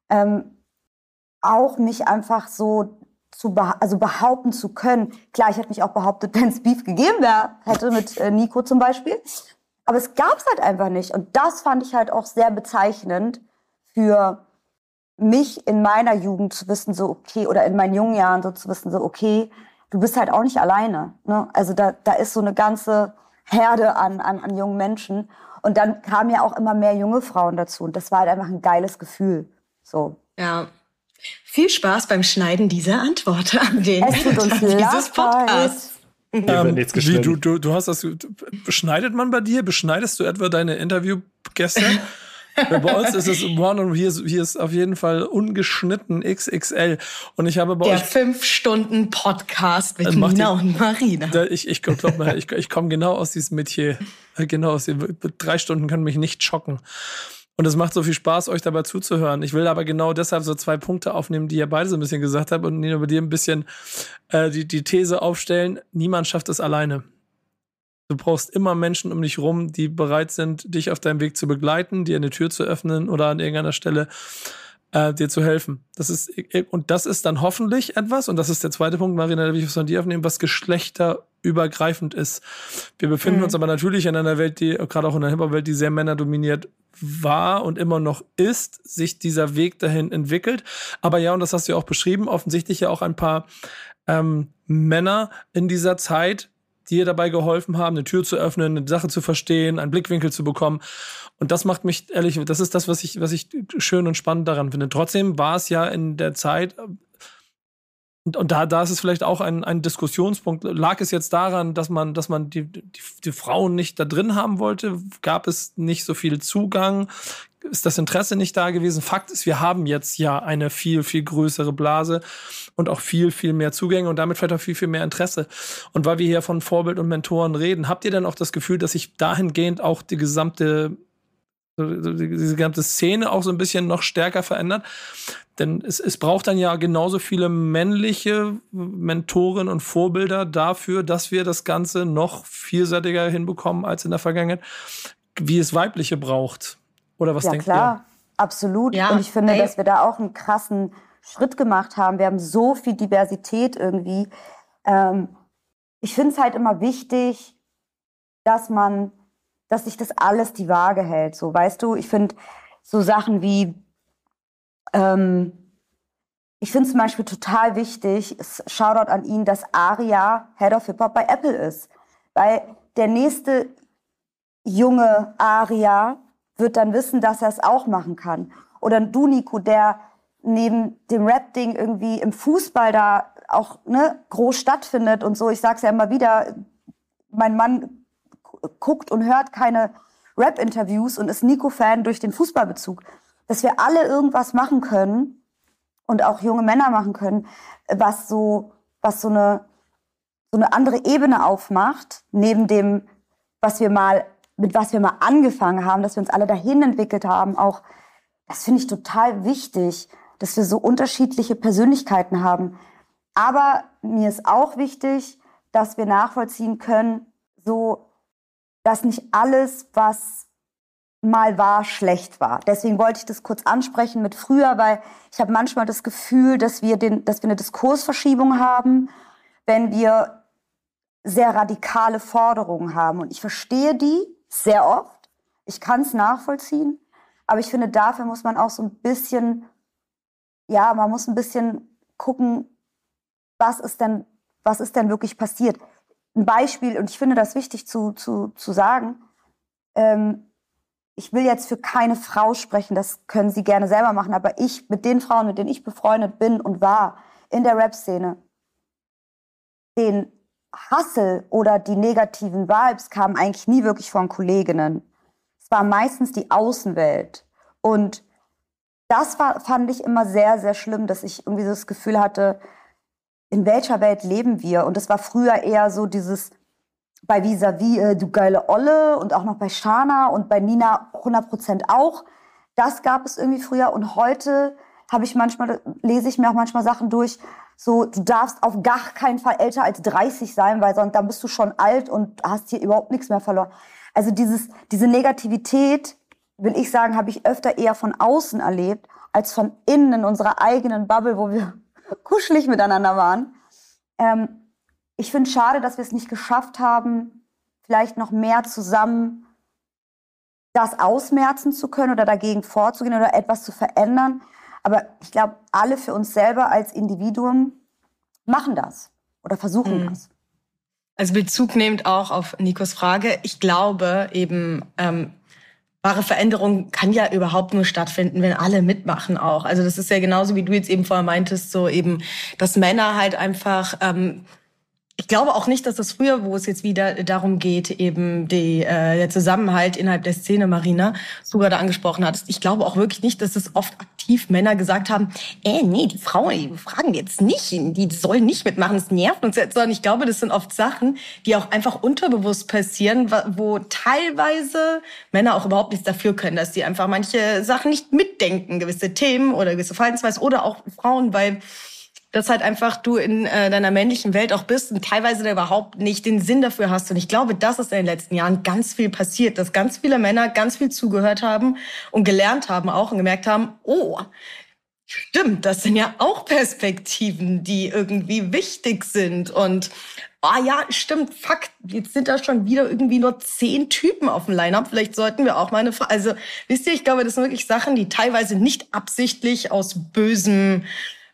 auch mich einfach so behaupten zu können. Klar, ich hätte mich auch behauptet, wenn es Beef gegeben hätte mit Nico zum Beispiel. Aber es gab es halt einfach nicht. Und das fand ich halt auch sehr bezeichnend für mich in meiner Jugend zu wissen, so okay, oder in meinen jungen Jahren so zu wissen, so okay, du bist halt auch nicht alleine. Ne? Also da ist so eine ganze Herde an jungen Menschen. Und dann kamen ja auch immer mehr junge Frauen dazu. Und das war halt einfach ein geiles Gefühl. So. Ja. Viel Spaß beim Schneiden dieser Antwort an den dieses Podcast. Du hast das, beschneidet man bei dir? Beschneidest du etwa deine Interviewgäste? Bei uns ist es One und hier ist auf jeden Fall ungeschnitten XXL. Und ich habe bei euch 5-Stunden-Podcast mit Nina und Marina. Ich komme genau aus diesem Metier. Genau aus dem 3 Stunden können mich nicht schocken. Und es macht so viel Spaß, euch dabei zuzuhören. Ich will aber genau deshalb so 2 Punkte aufnehmen, die ihr beide so ein bisschen gesagt habt und Nina, bei dir ein bisschen die These aufstellen, niemand schafft es alleine. Du brauchst immer Menschen um dich rum, die bereit sind, dich auf deinem Weg zu begleiten, dir eine Tür zu öffnen oder an irgendeiner Stelle dir zu helfen. Das ist dann hoffentlich etwas, und das ist der zweite Punkt, Marina, da will ich was von dir aufnehmen, was geschlechterübergreifend ist. Wir befinden uns aber natürlich in einer Welt, die, gerade auch in der Hip-Hop-Welt, die sehr männerdominiert war und immer noch ist, sich dieser Weg dahin entwickelt. Aber ja, und das hast du ja auch beschrieben, offensichtlich ja auch ein paar Männer in dieser Zeit dir dabei geholfen haben, eine Tür zu öffnen, eine Sache zu verstehen, einen Blickwinkel zu bekommen. Und das macht mich ehrlich, das ist das, was ich schön und spannend daran finde. Trotzdem war es ja in der Zeit, und da ist es vielleicht auch ein Diskussionspunkt. Lag es jetzt daran, dass man die Frauen nicht da drin haben wollte? Gab es nicht so viel Zugang? Ist das Interesse nicht da gewesen? Fakt ist, wir haben jetzt ja eine viel, viel größere Blase und auch viel, viel mehr Zugänge und damit vielleicht auch viel, viel mehr Interesse. Und weil wir hier von Vorbild und Mentoren reden, habt ihr denn auch das Gefühl, dass sich dahingehend auch diese gesamte Szene auch so ein bisschen noch stärker verändert? Denn es braucht dann ja genauso viele männliche Mentoren und Vorbilder dafür, dass wir das Ganze noch vielseitiger hinbekommen als in der Vergangenheit, wie es weibliche braucht. Oder was denkt ihr? Ja, klar, absolut. Ja. Und ich finde, dass wir da auch einen krassen Schritt gemacht haben. Wir haben so viel Diversität irgendwie. Ich finde es halt immer wichtig, dass sich das alles die Waage hält. So, weißt du, ich finde so Sachen wie ich finde zum Beispiel total wichtig, Shoutout an ihn, dass Aria Head of Hip-Hop bei Apple ist. Weil der nächste junge Aria wird dann wissen, dass er es auch machen kann. Oder ein Nico, der neben dem Rap-Ding irgendwie im Fußball da auch groß stattfindet und so. Ich sag's ja immer wieder, mein Mann guckt und hört keine Rap-Interviews und ist Nico-Fan durch den Fußballbezug. Dass wir alle irgendwas machen können und auch junge Männer machen können, was so eine andere Ebene aufmacht, neben dem, mit was wir mal angefangen haben, dass wir uns alle dahin entwickelt haben. Auch das finde ich total wichtig, dass wir so unterschiedliche Persönlichkeiten haben. Aber mir ist auch wichtig, dass wir nachvollziehen können, so, dass nicht alles, was mal war, schlecht war. Deswegen wollte ich das kurz ansprechen mit früher, weil ich habe manchmal das Gefühl, dass wir eine Diskursverschiebung haben, wenn wir sehr radikale Forderungen haben. Und ich verstehe die sehr oft. Ich kann es nachvollziehen. Aber ich finde, dafür muss man auch so ein bisschen, man muss ein bisschen gucken, was ist denn wirklich passiert. Ein Beispiel, und ich finde das wichtig zu sagen, ich will jetzt für keine Frau sprechen, das können sie gerne selber machen, aber mit den Frauen, mit denen ich befreundet bin und war in der Rap-Szene, den Hustle oder die negativen Vibes kamen eigentlich nie wirklich von Kolleginnen. Es war meistens die Außenwelt. Und das fand ich immer sehr, sehr schlimm, dass ich irgendwie so das Gefühl hatte, in welcher Welt leben wir? Und das war früher eher so dieses bei Vis-a-vis, du geile Olle, und auch noch bei Shana und bei Nina 100% auch. Das gab es irgendwie früher. Und heute lese ich mir auch manchmal Sachen durch, so, du darfst auf gar keinen Fall älter als 30 sein, weil sonst dann bist du schon alt und hast hier überhaupt nichts mehr verloren. Also diese Negativität, will ich sagen, habe ich öfter eher von außen erlebt, als von innen in unserer eigenen Bubble, wo wir kuschelig miteinander waren. Ich finde es schade, dass wir es nicht geschafft haben, vielleicht noch mehr zusammen das ausmerzen zu können oder dagegen vorzugehen oder etwas zu verändern. Aber ich glaube, alle für uns selber als Individuum machen das oder versuchen das. Also Bezug nehmend auch auf Nikos Frage. Ich glaube eben, wahre Veränderung kann ja überhaupt nur stattfinden, wenn alle mitmachen auch. Also das ist ja genauso, wie du jetzt eben vorher meintest, so eben, dass Männer halt einfach ich glaube auch nicht, dass das früher, wo es jetzt wieder darum geht, eben der Zusammenhalt innerhalb der Szene, Marina, du gerade angesprochen hattest. Ich glaube auch wirklich nicht, dass es oft aktiv Männer gesagt haben, nee, die Frauen, die fragen jetzt nicht, die sollen nicht mitmachen, das nervt uns jetzt. Sondern ich glaube, das sind oft Sachen, die auch einfach unterbewusst passieren, wo teilweise Männer auch überhaupt nichts dafür können, dass die einfach manche Sachen nicht mitdenken, gewisse Themen oder gewisse Verhaltensweisen oder auch Frauen, weil dass halt einfach du in deiner männlichen Welt auch bist und teilweise da überhaupt nicht den Sinn dafür hast. Und ich glaube, das ist in den letzten Jahren ganz viel passiert, dass ganz viele Männer ganz viel zugehört haben und gelernt haben auch und gemerkt haben, oh, stimmt, das sind ja auch Perspektiven, die irgendwie wichtig sind. Und ja, stimmt, fuck, jetzt sind da schon wieder irgendwie nur 10 Typen auf dem Line-Up. Vielleicht sollten wir auch mal also, wisst ihr, ich glaube, das sind wirklich Sachen, die teilweise nicht absichtlich aus bösem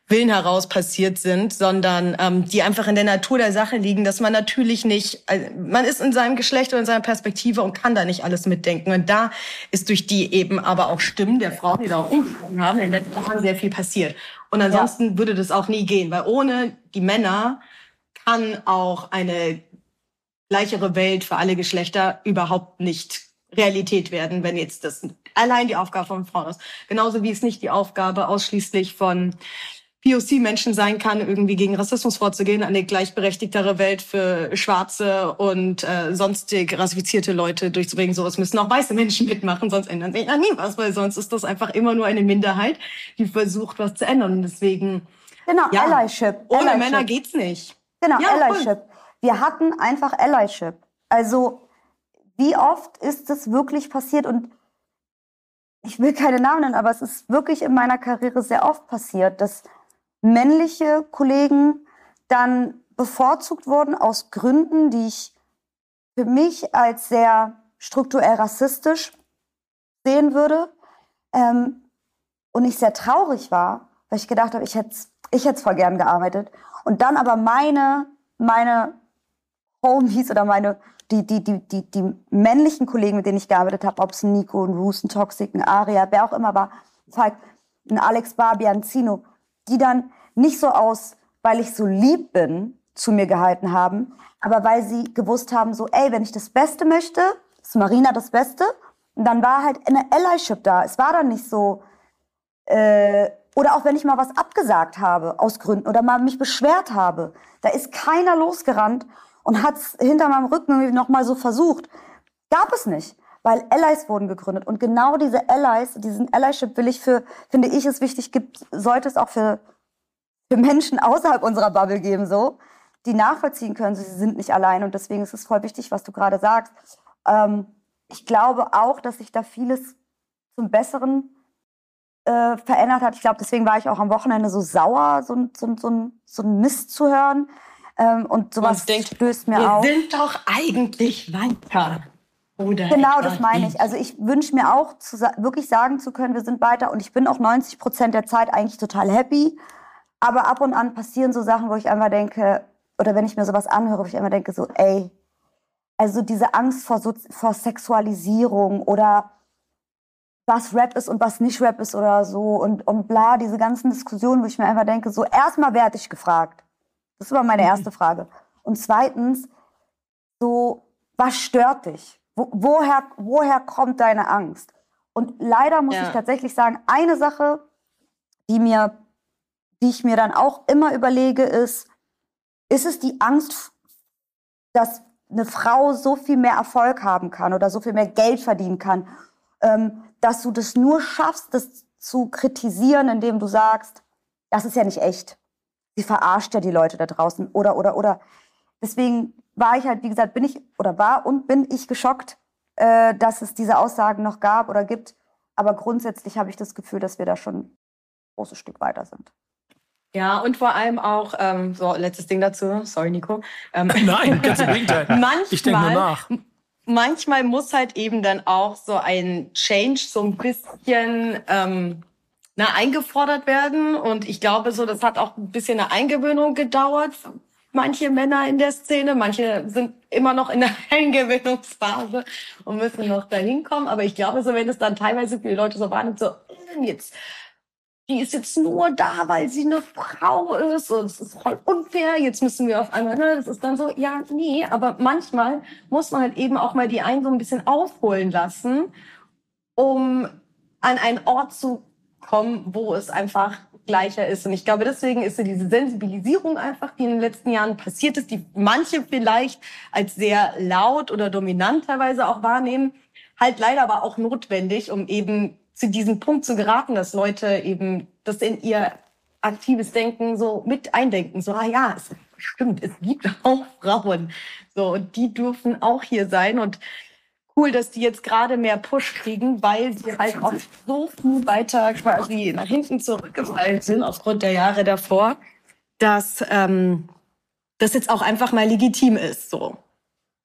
Willen heraus passiert sind, sondern die einfach in der Natur der Sache liegen, dass man natürlich nicht, man ist in seinem Geschlecht oder in seiner Perspektive und kann da nicht alles mitdenken. Und da ist durch die eben aber auch Stimmen der Frauen, die da auch umgesprochen haben, in den letzten Jahren sehr viel passiert. Und ansonsten würde das auch nie gehen, weil ohne die Männer kann auch eine gleichere Welt für alle Geschlechter überhaupt nicht Realität werden, wenn jetzt das allein die Aufgabe von Frauen ist. Genauso wie es nicht die Aufgabe ausschließlich von POC-Menschen sein kann, irgendwie gegen Rassismus vorzugehen, eine gleichberechtigtere Welt für schwarze und sonstig rassifizierte Leute durchzubringen. Sowas müssen auch weiße Menschen mitmachen, sonst ändern sich ja nie was, weil sonst ist das einfach immer nur eine Minderheit, die versucht, was zu ändern. Und deswegen, genau, Allyship. Ohne Allyship. Männer geht's nicht. Genau, ja, Allyship. Wir hatten einfach Allyship. Also, wie oft ist es wirklich passiert? Und ich will keine Namen nennen, aber es ist wirklich in meiner Karriere sehr oft passiert, dass männliche Kollegen dann bevorzugt wurden aus Gründen, die ich für mich als sehr strukturell rassistisch sehen würde. Und ich sehr traurig war, weil ich gedacht habe, ich hätte voll gern gearbeitet. Und dann aber meine Homies oder die männlichen Kollegen, mit denen ich gearbeitet habe, ob es ein Nico, ein Roos, ein Toxic, ein Aria, wer auch immer war, ein Alex Barbie, ein Zino, die dann nicht so weil ich so lieb bin, zu mir gehalten haben, aber weil sie gewusst haben, so, ey, wenn ich das Beste möchte, ist Marina das Beste. Und dann war halt eine Allyship da. Es war dann nicht so, oder auch wenn ich mal was abgesagt habe, aus Gründen, oder mal mich beschwert habe, da ist keiner losgerannt und hat es hinter meinem Rücken irgendwie noch mal so versucht. Gab es nicht, weil Allies wurden gegründet. Und genau diese Allies, diesen Allyship finde ich es wichtig, sollte es auch für Menschen außerhalb unserer Bubble geben, so, die nachvollziehen können, sie sind nicht allein. Und deswegen ist es voll wichtig, was du gerade sagst. Ich glaube auch, dass sich da vieles zum Besseren verändert hat. Ich glaube, deswegen war ich auch am Wochenende so sauer, so ein Mist zu hören. Und sowas stößt mir auf. Wir sind doch eigentlich weiter. Oder genau, das meine ich. Also ich wünsche mir auch, wirklich sagen zu können, wir sind weiter. Und ich bin auch 90% der Zeit eigentlich total happy. Aber ab und an passieren so Sachen, wo ich einfach denke, oder wenn ich mir sowas anhöre, wo ich einfach denke, so, ey, also diese Angst vor Sexualisierung oder was Rap ist und was nicht Rap ist oder so und bla, diese ganzen Diskussionen, wo ich mir einfach denke, so, erstmal werde ich gefragt. Das ist immer meine erste Frage. Und zweitens, so, was stört dich? Woher kommt deine Angst? Und leider muss ich tatsächlich sagen, eine Sache, die ich mir dann auch immer überlege, ist es die Angst, dass eine Frau so viel mehr Erfolg haben kann oder so viel mehr Geld verdienen kann, dass du das nur schaffst, das zu kritisieren, indem du sagst, das ist ja nicht echt. Sie verarscht ja die Leute da draußen. Oder. Deswegen war ich halt, wie gesagt, bin ich geschockt, dass es diese Aussagen noch gab oder gibt. Aber grundsätzlich habe ich das Gefühl, dass wir da schon ein großes Stück weiter sind. Ja, und vor allem auch, letztes Ding dazu, sorry Nico. Nein, ganz im Gegenteil. Ich denke nur nach. Manchmal muss halt eben dann auch so ein Change so ein bisschen eingefordert werden. Und ich glaube so, das hat auch ein bisschen eine Eingewöhnung gedauert. Manche Männer in der Szene, manche sind immer noch in der Eingewöhnungsphase und müssen noch dahin kommen. Aber ich glaube so, wenn es dann teilweise viele Leute so wahrnehmen, so, die ist jetzt nur da, weil sie eine Frau ist und es ist voll unfair. Jetzt müssen wir auf einmal, das ist dann so, ja, nee. Aber manchmal muss man halt eben auch mal die einen so ein bisschen aufholen lassen, um an einen Ort zu kommen, wo es einfach gleicher ist. Und ich glaube, deswegen ist so diese Sensibilisierung einfach, die in den letzten Jahren passiert ist, die manche vielleicht als sehr laut oder dominant teilweise auch wahrnehmen, halt leider aber auch notwendig, um eben zu diesem Punkt zu geraten, dass Leute eben das in ihr aktives Denken so mit eindenken. So, es stimmt, es gibt auch Frauen. So, und die dürfen auch hier sein. Und cool, dass die jetzt gerade mehr Push kriegen, weil sie halt auch so viel weiter quasi nach hinten zurückgefallen sind aufgrund der Jahre davor, dass das jetzt auch einfach mal legitim ist. So.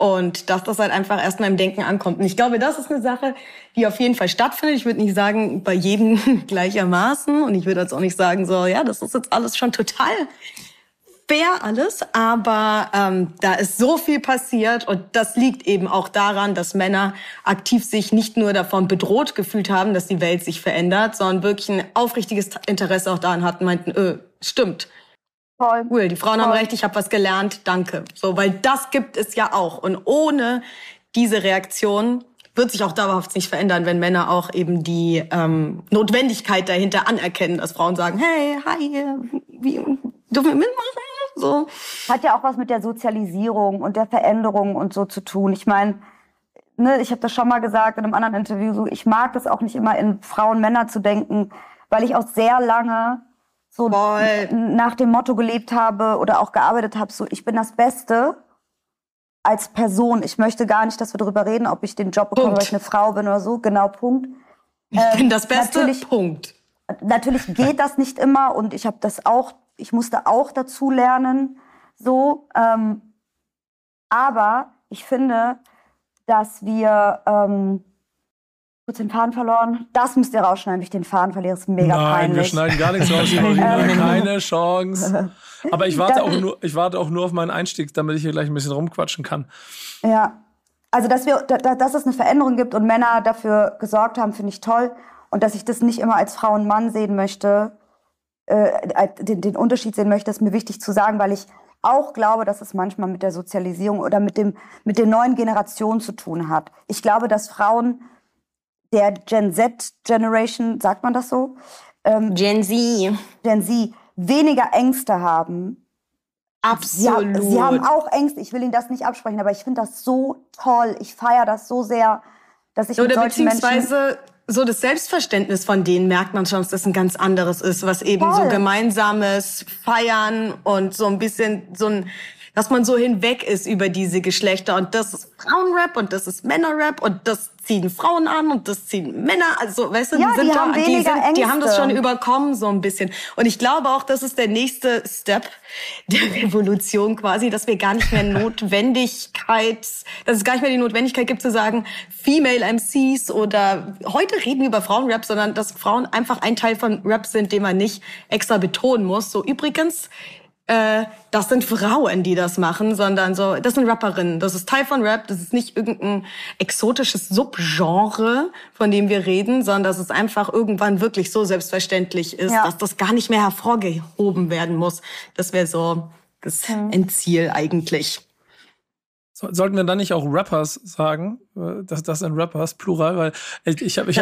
Und dass das halt einfach erstmal im Denken ankommt. Und ich glaube, das ist eine Sache, die auf jeden Fall stattfindet. Ich würde nicht sagen, bei jedem gleichermaßen. Und ich würde jetzt auch nicht sagen, so, ja, das ist jetzt alles schon total fair alles. Aber da ist so viel passiert. Und das liegt eben auch daran, dass Männer aktiv sich nicht nur davon bedroht gefühlt haben, dass die Welt sich verändert, sondern wirklich ein aufrichtiges Interesse auch daran hatten, meinten, stimmt. Voll. Cool, die Frauen haben recht, ich habe was gelernt, danke. So, weil das gibt es ja auch. Und ohne diese Reaktion wird sich auch dauerhaft nicht verändern, wenn Männer auch eben die Notwendigkeit dahinter anerkennen, dass Frauen sagen, hey, hi, dürfen wir mitmachen? So. Hat ja auch was mit der Sozialisierung und der Veränderung und so zu tun. Ich meine, ne, ich habe das schon mal gesagt in einem anderen Interview, so, ich mag das auch nicht immer in Frauen, Männer zu denken, weil ich auch sehr lange so nach dem Motto gelebt habe oder auch gearbeitet habe, so ich bin das Beste als Person. Ich möchte gar nicht, dass wir darüber reden, ob ich den Job bekomme, weil ich eine Frau bin oder so. Genau, Punkt. Ich bin das Beste, Punkt. Natürlich geht das nicht immer und ich musste auch dazu lernen, so. Aber ich finde, dass wir kurz den Faden verloren. Das müsst ihr rausschneiden, wenn ich den Faden verliere. Das ist mega peinlich. Nein, wir schneiden gar nichts raus. Keine Chance. Aber ich warte auch nur auf meinen Einstieg, damit ich hier gleich ein bisschen rumquatschen kann. Ja, also dass es eine Veränderung gibt und Männer dafür gesorgt haben, finde ich toll. Und dass ich das nicht immer als Frau und Mann sehen möchte, den Unterschied sehen möchte, ist mir wichtig zu sagen, weil ich auch glaube, dass es manchmal mit der Sozialisierung oder mit den neuen Generationen zu tun hat. Ich glaube, dass Frauen der Gen Z-Generation, sagt man das so? Gen Z, weniger Ängste haben. Absolut. Sie haben auch Ängste, ich will Ihnen das nicht absprechen, aber ich finde das so toll, ich feiere das so sehr, dass ich mit solchen Menschen... So das Selbstverständnis von denen merkt man schon, dass das ein ganz anderes ist, was eben so gemeinsames Feiern und so ein bisschen dass man so hinweg ist über diese Geschlechter und das ist Frauenrap und das ist Männerrap und das ziehen Frauen an und das ziehen Männer, also weißt du, ja, die haben das schon überkommen so ein bisschen und ich glaube auch, das ist der nächste Step der Revolution quasi, dass wir gar nicht mehr dass es gar nicht mehr die Notwendigkeit gibt zu sagen, Female MCs oder heute reden wir über Frauenrap, sondern dass Frauen einfach ein Teil von Rap sind, den man nicht extra betonen muss. So übrigens, das sind Frauen, die das machen, sondern so, das sind Rapperinnen. Das ist Teil von Rap. Das ist nicht irgendein exotisches Subgenre, von dem wir reden, sondern dass es einfach irgendwann wirklich so selbstverständlich ist, dass das gar nicht mehr hervorgehoben werden muss. Das wäre so das Endziel eigentlich. Sollten wir dann nicht auch Rappers sagen? Das sind Rappers, Plural, weil ich habe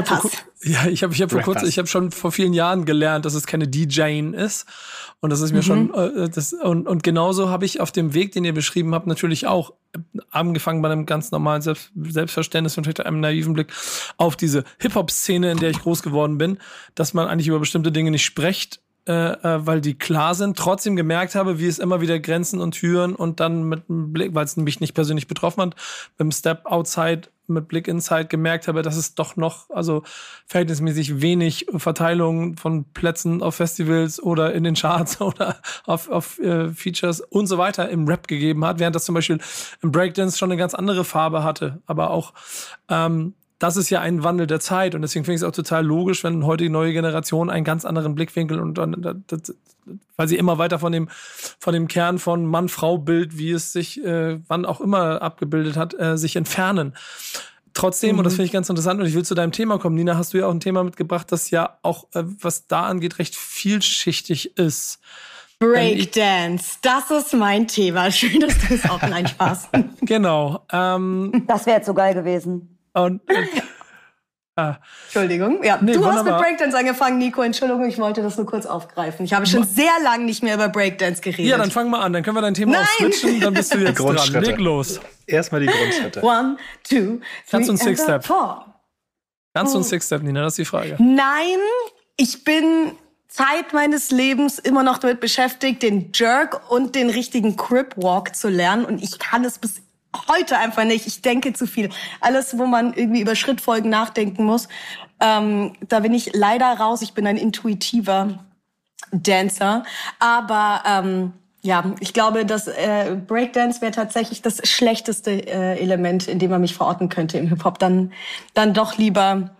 schon vor vielen Jahren gelernt, dass es keine DJing ist. Und das ist mir schon, und genauso habe ich auf dem Weg, den ihr beschrieben habt, natürlich auch angefangen bei einem ganz normalen Selbstverständnis und vielleicht einem naiven Blick auf diese Hip-Hop-Szene, in der ich groß geworden bin, dass man eigentlich über bestimmte Dinge nicht spricht, weil die klar sind, trotzdem gemerkt habe, wie es immer wieder Grenzen und Türen und dann mit einem Blick, weil es mich nicht persönlich betroffen hat, mit dem Step Outside, mit Blick Inside gemerkt habe, dass es doch noch, also verhältnismäßig wenig Verteilung von Plätzen auf Festivals oder in den Charts oder auf Features und so weiter im Rap gegeben hat, während das zum Beispiel im Breakdance schon eine ganz andere Farbe hatte, aber auch das ist ja ein Wandel der Zeit und deswegen finde ich es auch total logisch, wenn heute die neue Generation einen ganz anderen Blickwinkel und weil sie immer weiter von dem Kern von Mann-Frau-Bild, wie es sich wann auch immer abgebildet hat, sich entfernen. Trotzdem, und das finde ich ganz interessant, und ich will zu deinem Thema kommen, Nina, hast du ja auch ein Thema mitgebracht, das ja auch, was da angeht, recht vielschichtig ist. Breakdance, das ist mein Thema. Schön, dass du es auch in einen Spaß. Genau. Das wäre jetzt so geil gewesen. Und, Entschuldigung. Ja, du hast mit Breakdance angefangen, Nico. Entschuldigung, ich wollte das nur kurz aufgreifen. Ich habe schon sehr lange nicht mehr über Breakdance geredet. Ja, dann fang mal an. Dann können wir dein Thema auch switchen. Dann bist du jetzt dran. Leg los. Erstmal die Grundschritte. 1, 2, 3 Kannst du einen Six-Step? 4. Kannst du einen Six-Step, Nina? Das ist die Frage. Nein, ich bin Zeit meines Lebens immer noch damit beschäftigt, den Jerk und den richtigen Crip Walk zu lernen. Und ich kann es bis heute einfach nicht. Ich denke zu viel. Alles, wo man irgendwie über Schrittfolgen nachdenken muss, da bin ich leider raus. Ich bin ein intuitiver Dancer. Aber Ja, ich glaube, dass Breakdance wäre tatsächlich das schlechteste Element, in dem man mich verorten könnte im Hip-Hop. Dann doch lieber,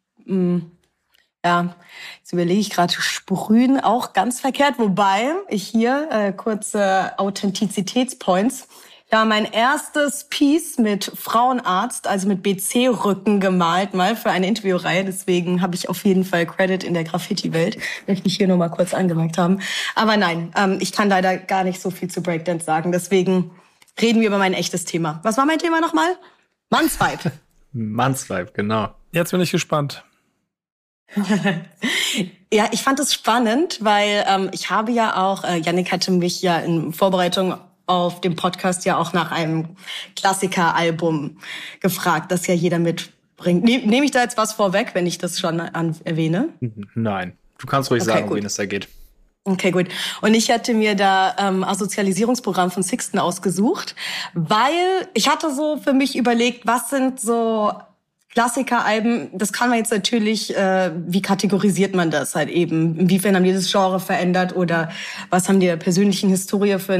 jetzt überlege ich gerade, Sprühen auch ganz verkehrt. Wobei ich hier kurze Authentizitätspoints. Ja, mein erstes Piece mit Frauenarzt, also mit BC-Rücken gemalt, mal für eine Interviewreihe. Deswegen habe ich auf jeden Fall Credit in der Graffiti-Welt. Möchte ich hier nur mal kurz angemerkt haben. Aber nein, ich kann leider gar nicht so viel zu Breakdance sagen. Deswegen reden wir über mein echtes Thema. Was war mein Thema nochmal? Mannsvibe. Mannsvibe, genau. Jetzt bin ich gespannt. Ja, ich fand es spannend, weil ich habe ja auch, Yannick hatte mich ja in Vorbereitung auf dem Podcast ja auch nach einem Klassiker-Album gefragt, das ja jeder mitbringt. Nehme ich da jetzt was vorweg, wenn ich das schon erwähne? Nein, du kannst ruhig sagen, um wen es da geht. Okay, gut. Und ich hatte mir da Asozialisierungsprogramm von Sixten ausgesucht, weil ich hatte so für mich überlegt, was sind so Klassikeralben, das kann man jetzt natürlich, wie kategorisiert man das halt eben? Inwiefern haben die das Genre verändert oder was haben die der persönlichen Historie für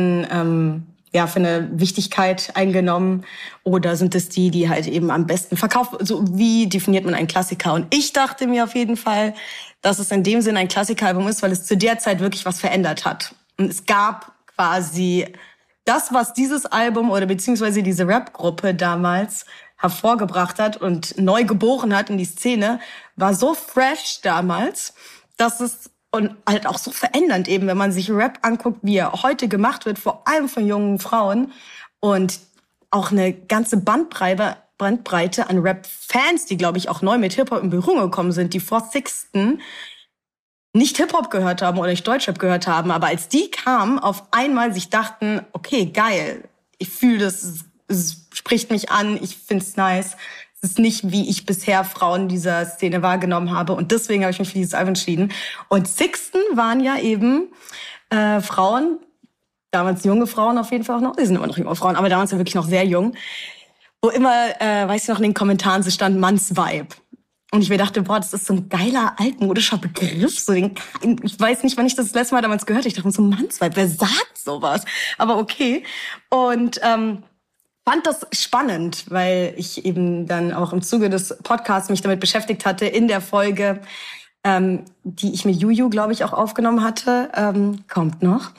eine Wichtigkeit eingenommen? Oder sind es die halt eben am besten verkaufen? So, wie definiert man einen Klassiker? Und ich dachte mir auf jeden Fall, dass es in dem Sinne ein Klassikeralbum ist, weil es zu der Zeit wirklich was verändert hat. Und es gab quasi das, was dieses Album oder beziehungsweise diese Rap-Gruppe damals hervorgebracht hat und neu geboren hat in die Szene, war so fresh damals, dass es und halt auch so verändernd eben, wenn man sich Rap anguckt, wie er heute gemacht wird, vor allem von jungen Frauen und auch eine ganze Bandbreite an Rap-Fans, die, glaube ich, auch neu mit Hip-Hop in Berührung gekommen sind, die vor Sixten nicht Hip-Hop gehört haben oder nicht Deutschrap gehört haben, aber als die kamen, auf einmal sich dachten, okay, geil, ich fühle das, es spricht mich an, ich find's nice. Es ist nicht, wie ich bisher Frauen dieser Szene wahrgenommen habe. Und deswegen habe ich mich für dieses Album entschieden. Und Sixten waren ja eben Frauen, damals junge Frauen auf jeden Fall auch noch, die sind immer noch junge Frauen, aber damals ja wirklich noch sehr jung, wo immer, weiß ich noch, in den Kommentaren so stand, Mannsvibe. Und ich mir dachte, boah, das ist so ein geiler, altmodischer Begriff. So ich weiß nicht, wann ich das letzte Mal damals gehört habe. Ich dachte so, Mannsvibe, wer sagt sowas? Aber okay. Und fand das spannend, weil ich eben dann auch im Zuge des Podcasts mich damit beschäftigt hatte, in der Folge, die ich mit Juju, glaube ich, auch aufgenommen hatte, kommt noch.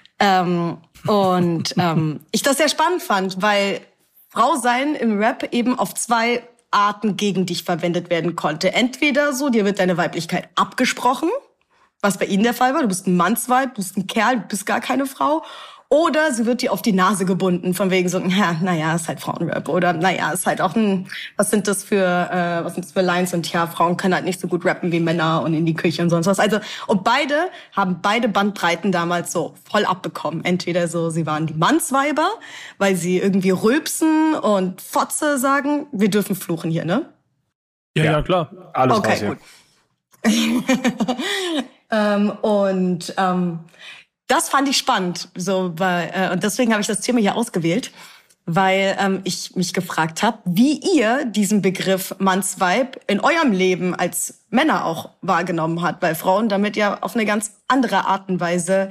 Ich das sehr spannend fand, weil Frau sein im Rap eben auf zwei Arten gegen dich verwendet werden konnte. Entweder so, dir wird deine Weiblichkeit abgesprochen, was bei ihnen der Fall war, du bist ein Mannsweib, du bist ein Kerl, du bist gar keine Frau. Oder sie wird dir auf die Nase gebunden, von wegen so, naja, ist halt Frauenrap. Oder naja, ist halt auch was sind das für Lines? Und ja, Frauen können halt nicht so gut rappen wie Männer und in die Küche und sonst was. Also, und beide haben beide Bandbreiten damals so voll abbekommen. Entweder so, sie waren die Mannsweiber, weil sie irgendwie rülpsen und Fotze sagen. Wir dürfen fluchen hier, ne? Ja, klar. Alles okay, raus, gut. Das fand ich spannend, so, weil, und deswegen habe ich das Thema hier ausgewählt, weil ich mich gefragt habe, wie ihr diesen Begriff Mannsvibe in eurem Leben als Männer auch wahrgenommen habt, weil Frauen damit ja auf eine ganz andere Art und Weise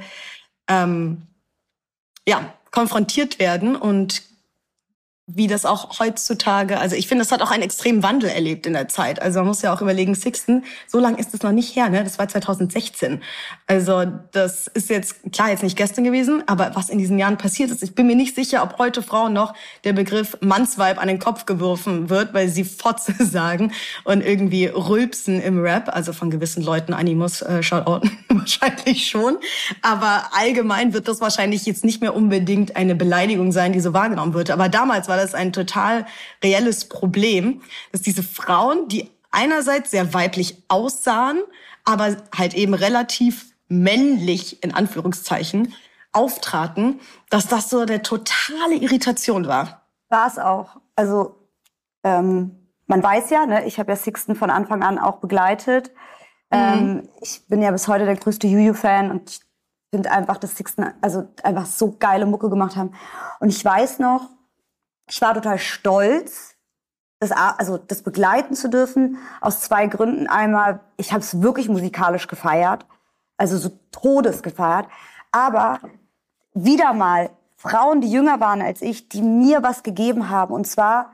konfrontiert werden und wie das auch heutzutage, also ich finde, das hat auch einen extremen Wandel erlebt in der Zeit. Also man muss ja auch überlegen, Sixten, so lange ist es noch nicht her, ne? Das war 2016. Also das ist jetzt, klar, jetzt nicht gestern gewesen, aber was in diesen Jahren passiert ist, ich bin mir nicht sicher, ob heute Frauen noch der Begriff Mannsvibe an den Kopf geworfen wird, weil sie Fotze sagen und irgendwie rülpsen im Rap, also von gewissen Leuten, Animus, Shoutout, wahrscheinlich schon. Aber allgemein wird das wahrscheinlich jetzt nicht mehr unbedingt eine Beleidigung sein, die so wahrgenommen wird. Aber damals war das ein total reelles Problem, dass diese Frauen, die einerseits sehr weiblich aussahen, aber halt eben relativ männlich, in Anführungszeichen, auftraten, dass das so eine totale Irritation war. War es auch. Also man weiß ja, ne, ich habe ja Sixten von Anfang an auch begleitet. Ich bin ja bis heute der größte Juju-Fan und ich finde einfach, dass Sixten also einfach so geile Mucke gemacht haben. Und ich weiß noch, ich war total stolz, das begleiten zu dürfen, aus zwei Gründen. Einmal, ich habe es wirklich musikalisch gefeiert, also so Todes gefeiert. Aber wieder mal Frauen, die jünger waren als ich, die mir was gegeben haben. Und zwar,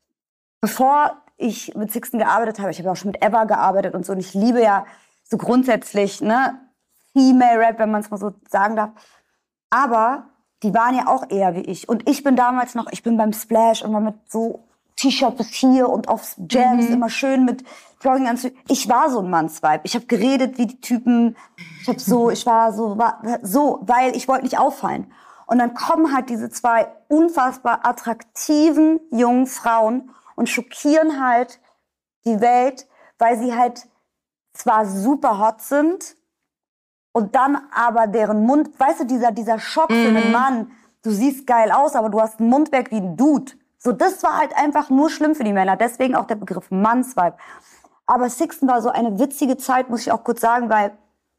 bevor ich mit Sixten gearbeitet habe, ich habe auch schon mit Eva gearbeitet und so. Und ich liebe ja so grundsätzlich, ne, Female Rap, wenn man es mal so sagen darf. Aber die waren ja auch eher wie ich. Und ich bin damals noch, ich bin beim Splash immer mit so T-Shirt bis hier und auf Jams immer schön mit Jogginganzügen. Ich war so ein Mannsvibe. Ich habe geredet wie die Typen. Ich war so, weil ich wollte nicht auffallen. Und dann kommen halt diese zwei unfassbar attraktiven jungen Frauen und schockieren halt die Welt, weil sie halt zwar super hot sind und dann aber deren Mund, weißt du, dieser Schock für einen Mann, du siehst geil aus, aber du hast ein Mundwerk wie ein Dude. So, das war halt einfach nur schlimm für die Männer. Deswegen auch der Begriff Mannsvibe. Aber Sixten war so eine witzige Zeit, muss ich auch kurz sagen, weil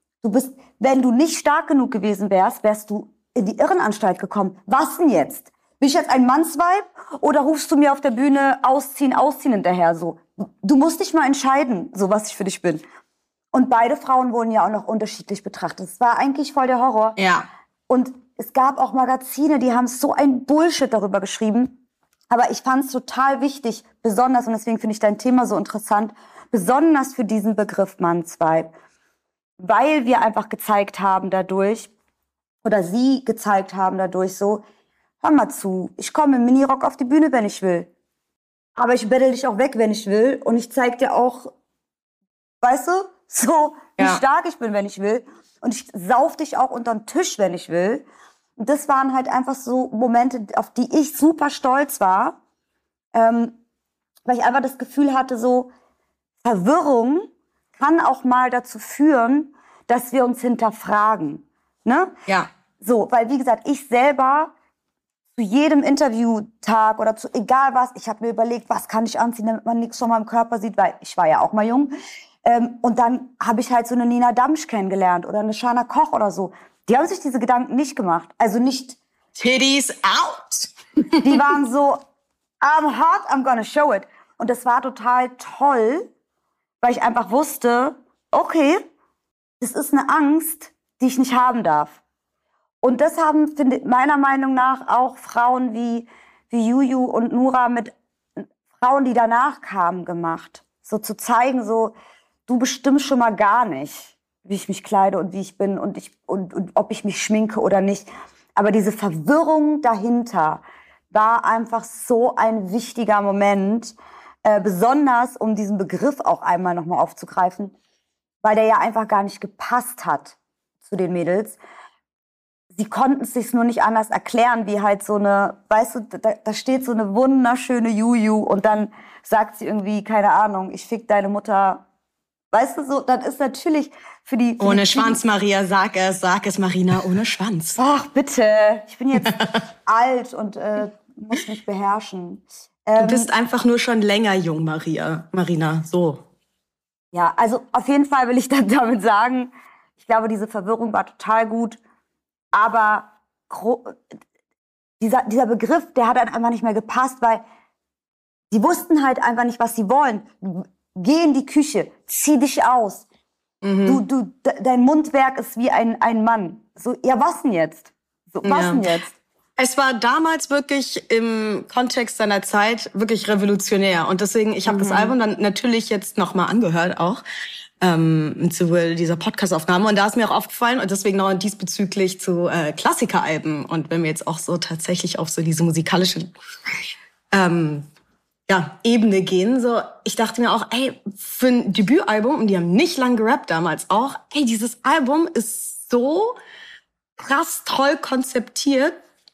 wenn du nicht stark genug gewesen wärst, wärst du in die Irrenanstalt gekommen. Was denn jetzt? Bin ich jetzt ein Mannsvibe oder rufst du mir auf der Bühne ausziehen hinterher so? Du musst dich mal entscheiden, so was ich für dich bin. Und beide Frauen wurden ja auch noch unterschiedlich betrachtet. Es war eigentlich voll der Horror. Ja. Und es gab auch Magazine, die haben so ein Bullshit darüber geschrieben. Aber ich fand es total wichtig, besonders, und deswegen finde ich dein Thema so interessant, besonders für diesen Begriff Mannsvibe. Weil wir einfach gezeigt haben dadurch, oder sie gezeigt haben dadurch so, hör mal zu, ich komme im Minirock auf die Bühne, wenn ich will. Aber ich bettel dich auch weg, wenn ich will. Und ich zeig dir auch, weißt du, so wie stark ich bin, wenn ich will. Und ich sauf dich auch unter den Tisch, wenn ich will. Und das waren halt einfach so Momente, auf die ich super stolz war. Weil ich einfach das Gefühl hatte, so Verwirrung kann auch mal dazu führen, dass wir uns hinterfragen. Ne? Ja. So, weil wie gesagt, ich selber zu jedem Interviewtag oder zu egal was, ich habe mir überlegt, was kann ich anziehen, damit man nichts von meinem Körper sieht, weil ich war ja auch mal jung. Und dann habe ich halt so eine Nina Damsch kennengelernt oder eine Shana Koch oder so. Die haben sich diese Gedanken nicht gemacht. Also nicht... Titties out! Die waren so, I'm hot, I'm gonna show it. Und das war total toll, weil ich einfach wusste, okay, das ist eine Angst, die ich nicht haben darf. Und das haben, meiner Meinung nach, auch Frauen wie Juju und Nura mit Frauen, die danach kamen, gemacht. So zu zeigen, so, du bestimmst schon mal gar nicht, wie ich mich kleide und wie ich bin und ob ich mich schminke oder nicht. Aber diese Verwirrung dahinter war einfach so ein wichtiger Moment, besonders um diesen Begriff auch einmal nochmal aufzugreifen, weil der ja einfach gar nicht gepasst hat zu den Mädels. Sie konnten es sich nur nicht anders erklären, wie halt so eine, weißt du, da steht so eine wunderschöne Juju und dann sagt sie irgendwie, keine Ahnung, ich fick deine Mutter. Weißt du, so, dann ist natürlich für die... Ohne Schwanz, Maria, sag es, Marina, ohne Schwanz. Ach, bitte, ich bin jetzt alt und muss mich beherrschen. Du bist einfach nur schon länger jung, Marina, so. Ja, also auf jeden Fall will ich dann damit sagen, ich glaube, diese Verwirrung war total gut, aber dieser Begriff, der hat dann einfach nicht mehr gepasst, weil die wussten halt einfach nicht, was sie wollen. Geh in die Küche, zieh dich aus. Dein Mundwerk ist wie ein Mann. So, ja, was denn jetzt? So, was denn jetzt? Es war damals wirklich im Kontext seiner Zeit wirklich revolutionär. Und deswegen, ich habe das Album dann natürlich jetzt nochmal angehört auch, zu dieser Podcast-Aufnahme. Und da ist mir auch aufgefallen, und deswegen noch diesbezüglich zu Klassikeralben. Und wenn wir jetzt auch so tatsächlich auf so diese musikalische Ebene gehen, so, ich dachte mir auch, ey, für ein Debütalbum, und die haben nicht lang gerappt damals auch, ey, dieses Album ist so krass toll konzipiert,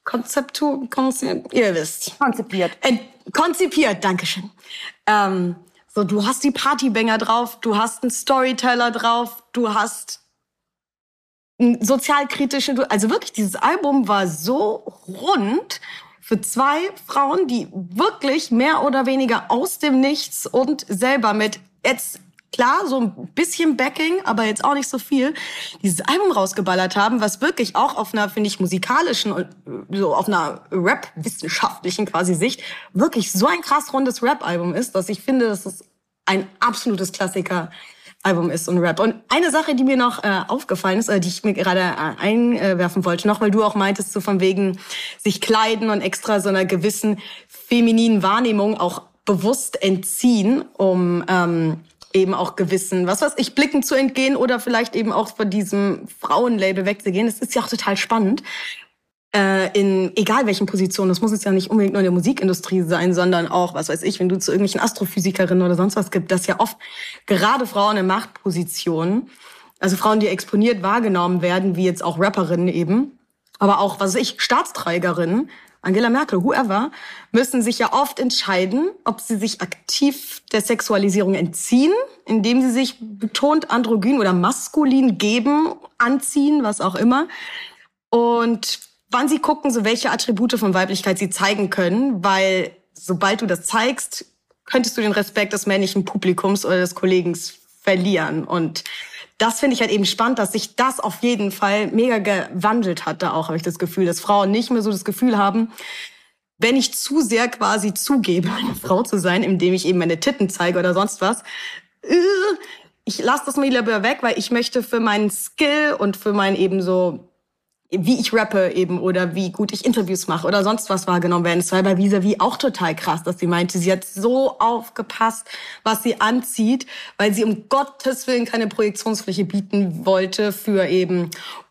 ihr wisst. Konzipiert, dankeschön. So, du hast die Partybanger drauf, du hast einen Storyteller drauf, du hast einen sozialkritischen, also wirklich, dieses Album war so rund für zwei Frauen, die wirklich mehr oder weniger aus dem Nichts und selber mit jetzt klar, so ein bisschen Backing, aber jetzt auch nicht so viel, dieses Album rausgeballert haben, was wirklich auch auf einer, finde ich, musikalischen und so auf einer Rap-wissenschaftlichen quasi Sicht wirklich so ein krass rundes Rap-Album ist, dass ich finde, dass es ein absolutes Klassiker-Album Album ist und Rap. Und eine Sache, die mir noch aufgefallen ist, oder die ich mir gerade einwerfen wollte, noch, weil du auch meintest, so von wegen sich kleiden und extra so einer gewissen femininen Wahrnehmung auch bewusst entziehen, um eben auch gewissen, Blicken zu entgehen oder vielleicht eben auch von diesem Frauenlabel wegzugehen. Das ist ja auch total spannend. In egal welchen Positionen, das muss jetzt ja nicht unbedingt nur in der Musikindustrie sein, sondern auch, wenn du zu irgendwelchen Astrophysikerinnen oder sonst was gibt, dass ja oft gerade Frauen in Machtpositionen, also Frauen, die exponiert wahrgenommen werden, wie jetzt auch Rapperinnen eben, aber auch, Staatsträgerinnen, Angela Merkel, whoever, müssen sich ja oft entscheiden, ob sie sich aktiv der Sexualisierung entziehen, indem sie sich betont androgyn oder maskulin geben, anziehen, was auch immer. Und wann sie gucken, so welche Attribute von Weiblichkeit sie zeigen können, weil sobald du das zeigst, könntest du den Respekt des männlichen Publikums oder des Kollegen verlieren. Und das finde ich halt eben spannend, dass sich das auf jeden Fall mega gewandelt hat. Da auch habe ich das Gefühl, dass Frauen nicht mehr so das Gefühl haben, wenn ich zu sehr quasi zugebe, eine Frau zu sein, indem ich eben meine Titten zeige oder sonst was, ich lasse das mal lieber weg, weil ich möchte für meinen Skill und für mein eben so, wie ich rappe eben oder wie gut ich Interviews mache oder sonst was wahrgenommen werden. Es war bei Vis-a-vis auch total krass, dass sie meinte, sie hat so aufgepasst, was sie anzieht, weil sie um Gottes Willen keine Projektionsfläche bieten wollte für eben,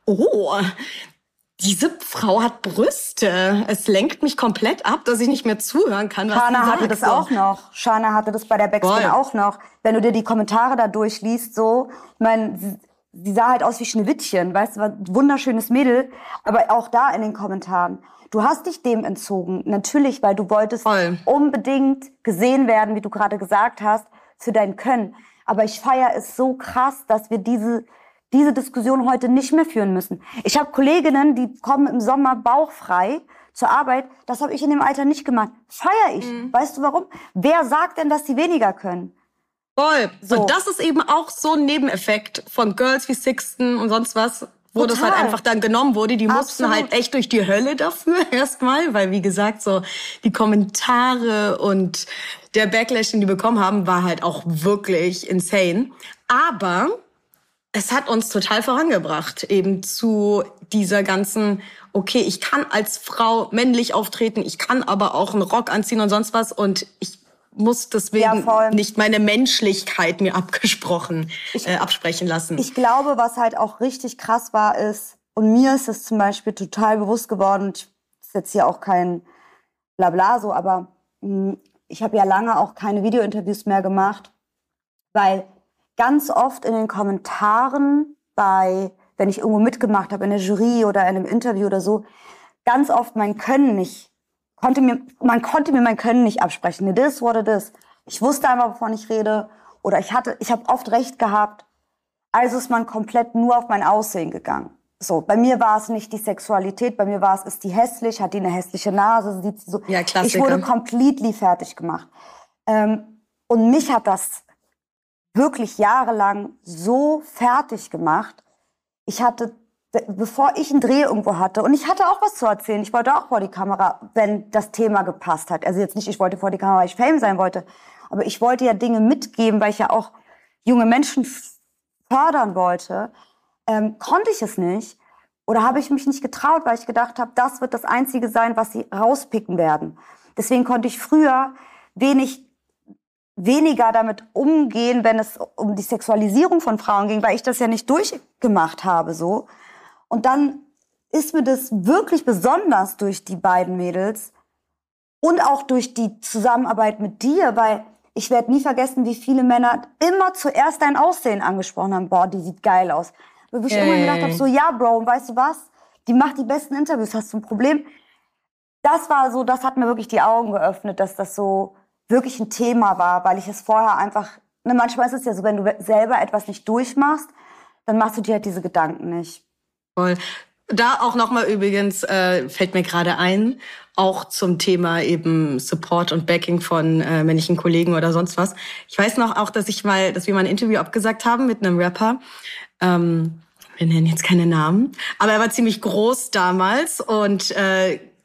diese Frau hat Brüste. Es lenkt mich komplett ab, dass ich nicht mehr zuhören kann. Shana hatte das auch noch. Shana hatte das bei der Backspin auch noch. Wenn du dir die Kommentare da durchliest, so, ich meine, sie sah halt aus wie Schneewittchen, weißt du, war ein wunderschönes Mädel, aber auch da in den Kommentaren. Du hast dich dem entzogen, natürlich, weil du wolltest unbedingt gesehen werden, wie du gerade gesagt hast, für dein Können. Aber ich feiere es so krass, dass wir diese Diskussion heute nicht mehr führen müssen. Ich habe Kolleginnen, die kommen im Sommer bauchfrei zur Arbeit. Das habe ich in dem Alter nicht gemacht. Feiere ich. Weißt du warum? Wer sagt denn, dass sie weniger können? Voll. So. Und das ist eben auch so ein Nebeneffekt von Girls wie Sixten und sonst was, wo das halt einfach dann genommen wurde. Die mussten halt echt durch die Hölle dafür erstmal, weil wie gesagt, so die Kommentare und der Backlash, den die bekommen haben, war halt auch wirklich insane. Aber es hat uns total vorangebracht, eben zu dieser ganzen, okay, ich kann als Frau männlich auftreten, ich kann aber auch einen Rock anziehen und sonst was und ich muss deswegen nicht meine Menschlichkeit mir absprechen lassen. Ich glaube, was halt auch richtig krass war, ist, und mir ist es zum Beispiel total bewusst geworden, das ist jetzt hier auch kein Blabla so, aber ich habe ja lange auch keine Videointerviews mehr gemacht, weil ganz oft in den Kommentaren wenn ich irgendwo mitgemacht habe, in der Jury oder in einem Interview oder so, ganz oft mein Können nicht man konnte mir mein Können nicht absprechen. It is what it is. Ich wusste einfach, wovon ich rede. Oder ich habe oft recht gehabt. Also ist man komplett nur auf mein Aussehen gegangen. So, bei mir war es nicht die Sexualität. Bei mir war es, ist die hässlich? Hat die eine hässliche Nase? Sieht sie so? Ja, Klassiker. Ich wurde completely fertig gemacht. Und mich hat das wirklich jahrelang so fertig gemacht. Ich hatte, bevor ich einen Dreh irgendwo hatte, und ich hatte auch was zu erzählen, ich wollte auch vor die Kamera, wenn das Thema gepasst hat. Also jetzt nicht, ich wollte vor die Kamera, weil ich Fame sein wollte, aber ich wollte ja Dinge mitgeben, weil ich ja auch junge Menschen fördern wollte. Konnte ich es nicht oder habe ich mich nicht getraut, weil ich gedacht habe, das wird das Einzige sein, was sie rauspicken werden. Deswegen konnte ich früher weniger damit umgehen, wenn es um die Sexualisierung von Frauen ging, weil ich das ja nicht durchgemacht habe so. Und dann ist mir das wirklich besonders durch die beiden Mädels und auch durch die Zusammenarbeit mit dir, weil ich werde nie vergessen, wie viele Männer immer zuerst dein Aussehen angesprochen haben. Boah, die sieht geil aus. Wo ich immer gedacht habe, so, ja, Bro, weißt du was? Die macht die besten Interviews, hast du ein Problem? Das war so, das hat mir wirklich die Augen geöffnet, dass das so wirklich ein Thema war, weil ich es vorher einfach, manchmal ist es ja so, wenn du selber etwas nicht durchmachst, dann machst du dir halt diese Gedanken nicht. Voll. Da auch nochmal übrigens, fällt mir gerade ein, auch zum Thema eben Support und Backing von männlichen Kollegen oder sonst was. Ich weiß noch auch, dass wir mal ein Interview abgesagt haben mit einem Rapper. Wir nennen jetzt keine Namen, aber er war ziemlich groß damals und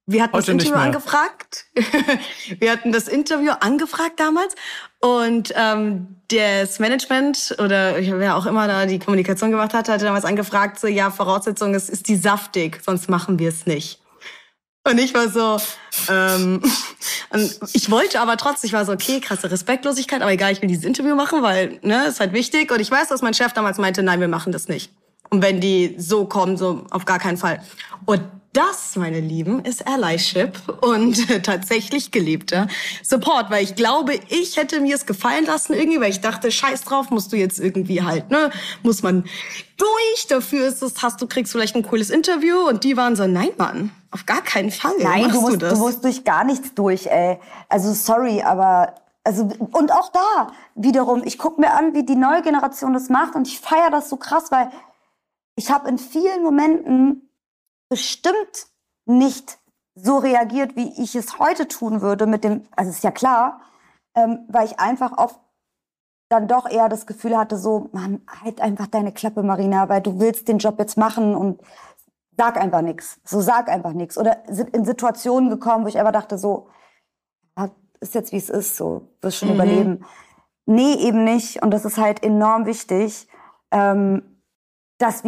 Wir hatten das Interview angefragt. Wir hatten das Interview angefragt damals. Und das Management oder wer auch immer da die Kommunikation gemacht hat, hatte damals angefragt, so, ja, Voraussetzung ist die saftig, sonst machen wir es nicht. Und ich war so, und ich wollte aber trotzdem, ich war so, okay, krasse Respektlosigkeit, aber egal, ich will dieses Interview machen, weil, ne, ist halt wichtig. Und ich weiß, dass mein Chef damals meinte, nein, wir machen das nicht. Und wenn die so kommen, so auf gar keinen Fall. Und das, meine Lieben, ist Allyship und tatsächlich gelebter Support. Weil ich glaube, ich hätte mir es gefallen lassen irgendwie, weil ich dachte, scheiß drauf, musst du jetzt irgendwie halt, ne, muss man durch. Dafür ist es, kriegst vielleicht ein cooles Interview. Und die waren so, nein, Mann, auf gar keinen Fall. Nein, du musst durch gar nichts durch, ey. Also sorry, aber und auch da wiederum, ich gucke mir an, wie die neue Generation das macht und ich feiere das so krass, weil ich habe in vielen Momenten bestimmt nicht so reagiert, wie ich es heute tun würde also ist ja klar, weil ich einfach oft dann doch eher das Gefühl hatte, so, Mann, halt einfach deine Klappe, Marina, weil du willst den Job jetzt machen und sag einfach nichts. So, sag einfach nichts. Oder in Situationen gekommen, wo ich einfach dachte, so, ist jetzt wie es ist, so, wirst schon überleben. Nee, eben nicht. Und das ist halt enorm wichtig, dass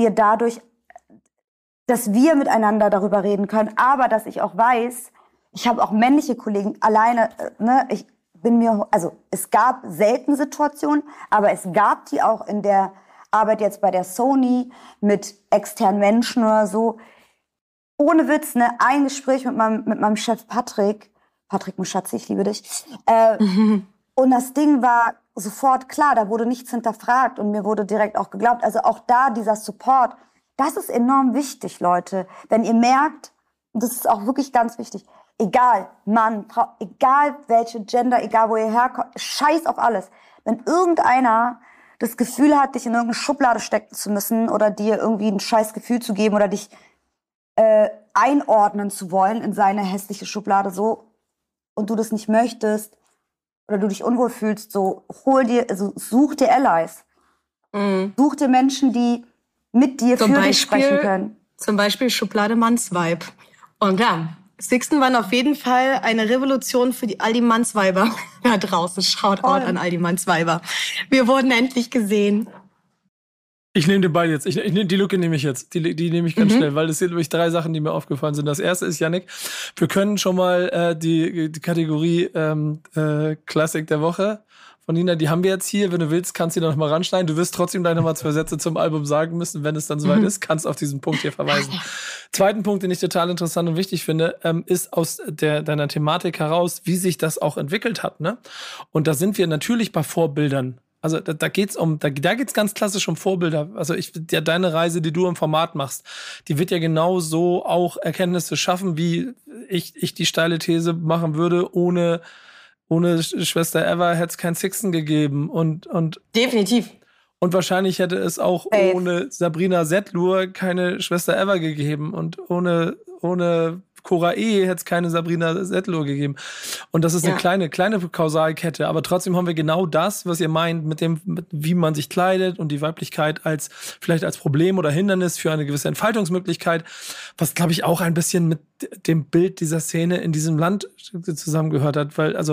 wir miteinander darüber reden können, aber dass ich auch weiß, ich habe auch männliche Kollegen alleine, ne, es gab selten Situationen, aber es gab die auch in der Arbeit jetzt bei der Sony mit externen Menschen oder so. Ohne Witz, ne, ein Gespräch mit meinem Chef Patrick Muschatzi, ich liebe dich, und das Ding war sofort klar, da wurde nichts hinterfragt und mir wurde direkt auch geglaubt, also auch da dieser Support. Das ist enorm wichtig, Leute. Wenn ihr merkt, und das ist auch wirklich ganz wichtig, egal, Mann, Frau, egal welche Gender, egal wo ihr herkommt, scheiß auf alles. Wenn irgendeiner das Gefühl hat, dich in irgendeine Schublade stecken zu müssen oder dir irgendwie ein scheiß Gefühl zu geben oder dich einordnen zu wollen in seine hässliche Schublade so und du das nicht möchtest oder du dich unwohl fühlst, so such dir Allies. Such dir Menschen, die mit dir für dich sprechen können. Zum Beispiel Schublade Mannsweib. Und ja, Sixten waren auf jeden Fall eine Revolution für all die Mannsweiber da draußen. Schaut an all die Mannsweiber. Wir wurden endlich gesehen. Ich nehme den Ball jetzt. Die Lücke nehme ich jetzt. Die nehme ich ganz schnell, weil es sind nämlich 3 Sachen, die mir aufgefallen sind. Das erste ist, Yannick, wir können schon mal die Kategorie Klassik der Woche von Nina, die haben wir jetzt hier. Wenn du willst, kannst du die noch mal ranschneiden. Du wirst trotzdem gleich noch mal 2 Sätze zum Album sagen müssen, wenn es dann soweit ist. Kannst auf diesen Punkt hier verweisen. Zweiten Punkt, den ich total interessant und wichtig finde, ist aus deiner Thematik heraus, wie sich das auch entwickelt hat. Ne? Und da sind wir natürlich bei Vorbildern. Also da geht's ganz klassisch um Vorbilder. Also deine Reise, die du im Format machst, die wird ja genau so auch Erkenntnisse schaffen, wie ich die steile These machen würde, ohne Schwester Eva hätte es kein Sixten gegeben. Und definitiv. Und wahrscheinlich hätte es auch ohne Sabrina Settlur keine Schwester Eva gegeben. Und ohne Cora E. hätte es keine Sabrina Settlur gegeben. Und das ist eine kleine Kausalkette. Aber trotzdem haben wir genau das, was ihr meint, mit wie man sich kleidet und die Weiblichkeit vielleicht als Problem oder Hindernis für eine gewisse Entfaltungsmöglichkeit, was, glaube ich, auch ein bisschen mit dem Bild dieser Szene in diesem Land zusammengehört hat,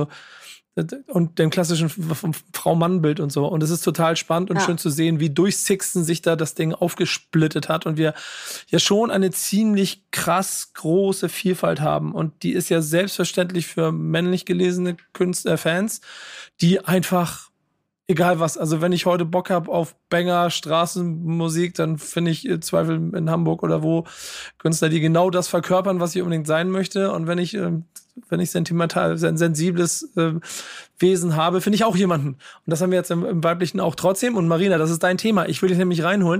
und dem klassischen Frau-Mann-Bild und so. Und es ist total spannend und schön zu sehen, wie durch Sixten sich da das Ding aufgesplittet hat und wir ja schon eine ziemlich krass große Vielfalt haben. Und die ist ja selbstverständlich für männlich gelesene Fans, die einfach, egal was, also wenn ich heute Bock habe auf Banger, Straßenmusik, dann finde ich Zweifel in Hamburg oder wo Künstler, die genau das verkörpern, was ich unbedingt sein möchte. Und wenn ich sentimental, ein sensibles Wesen habe, finde ich auch jemanden. Und das haben wir jetzt im Weiblichen auch trotzdem. Und Marina, das ist dein Thema. Ich will dich nämlich reinholen.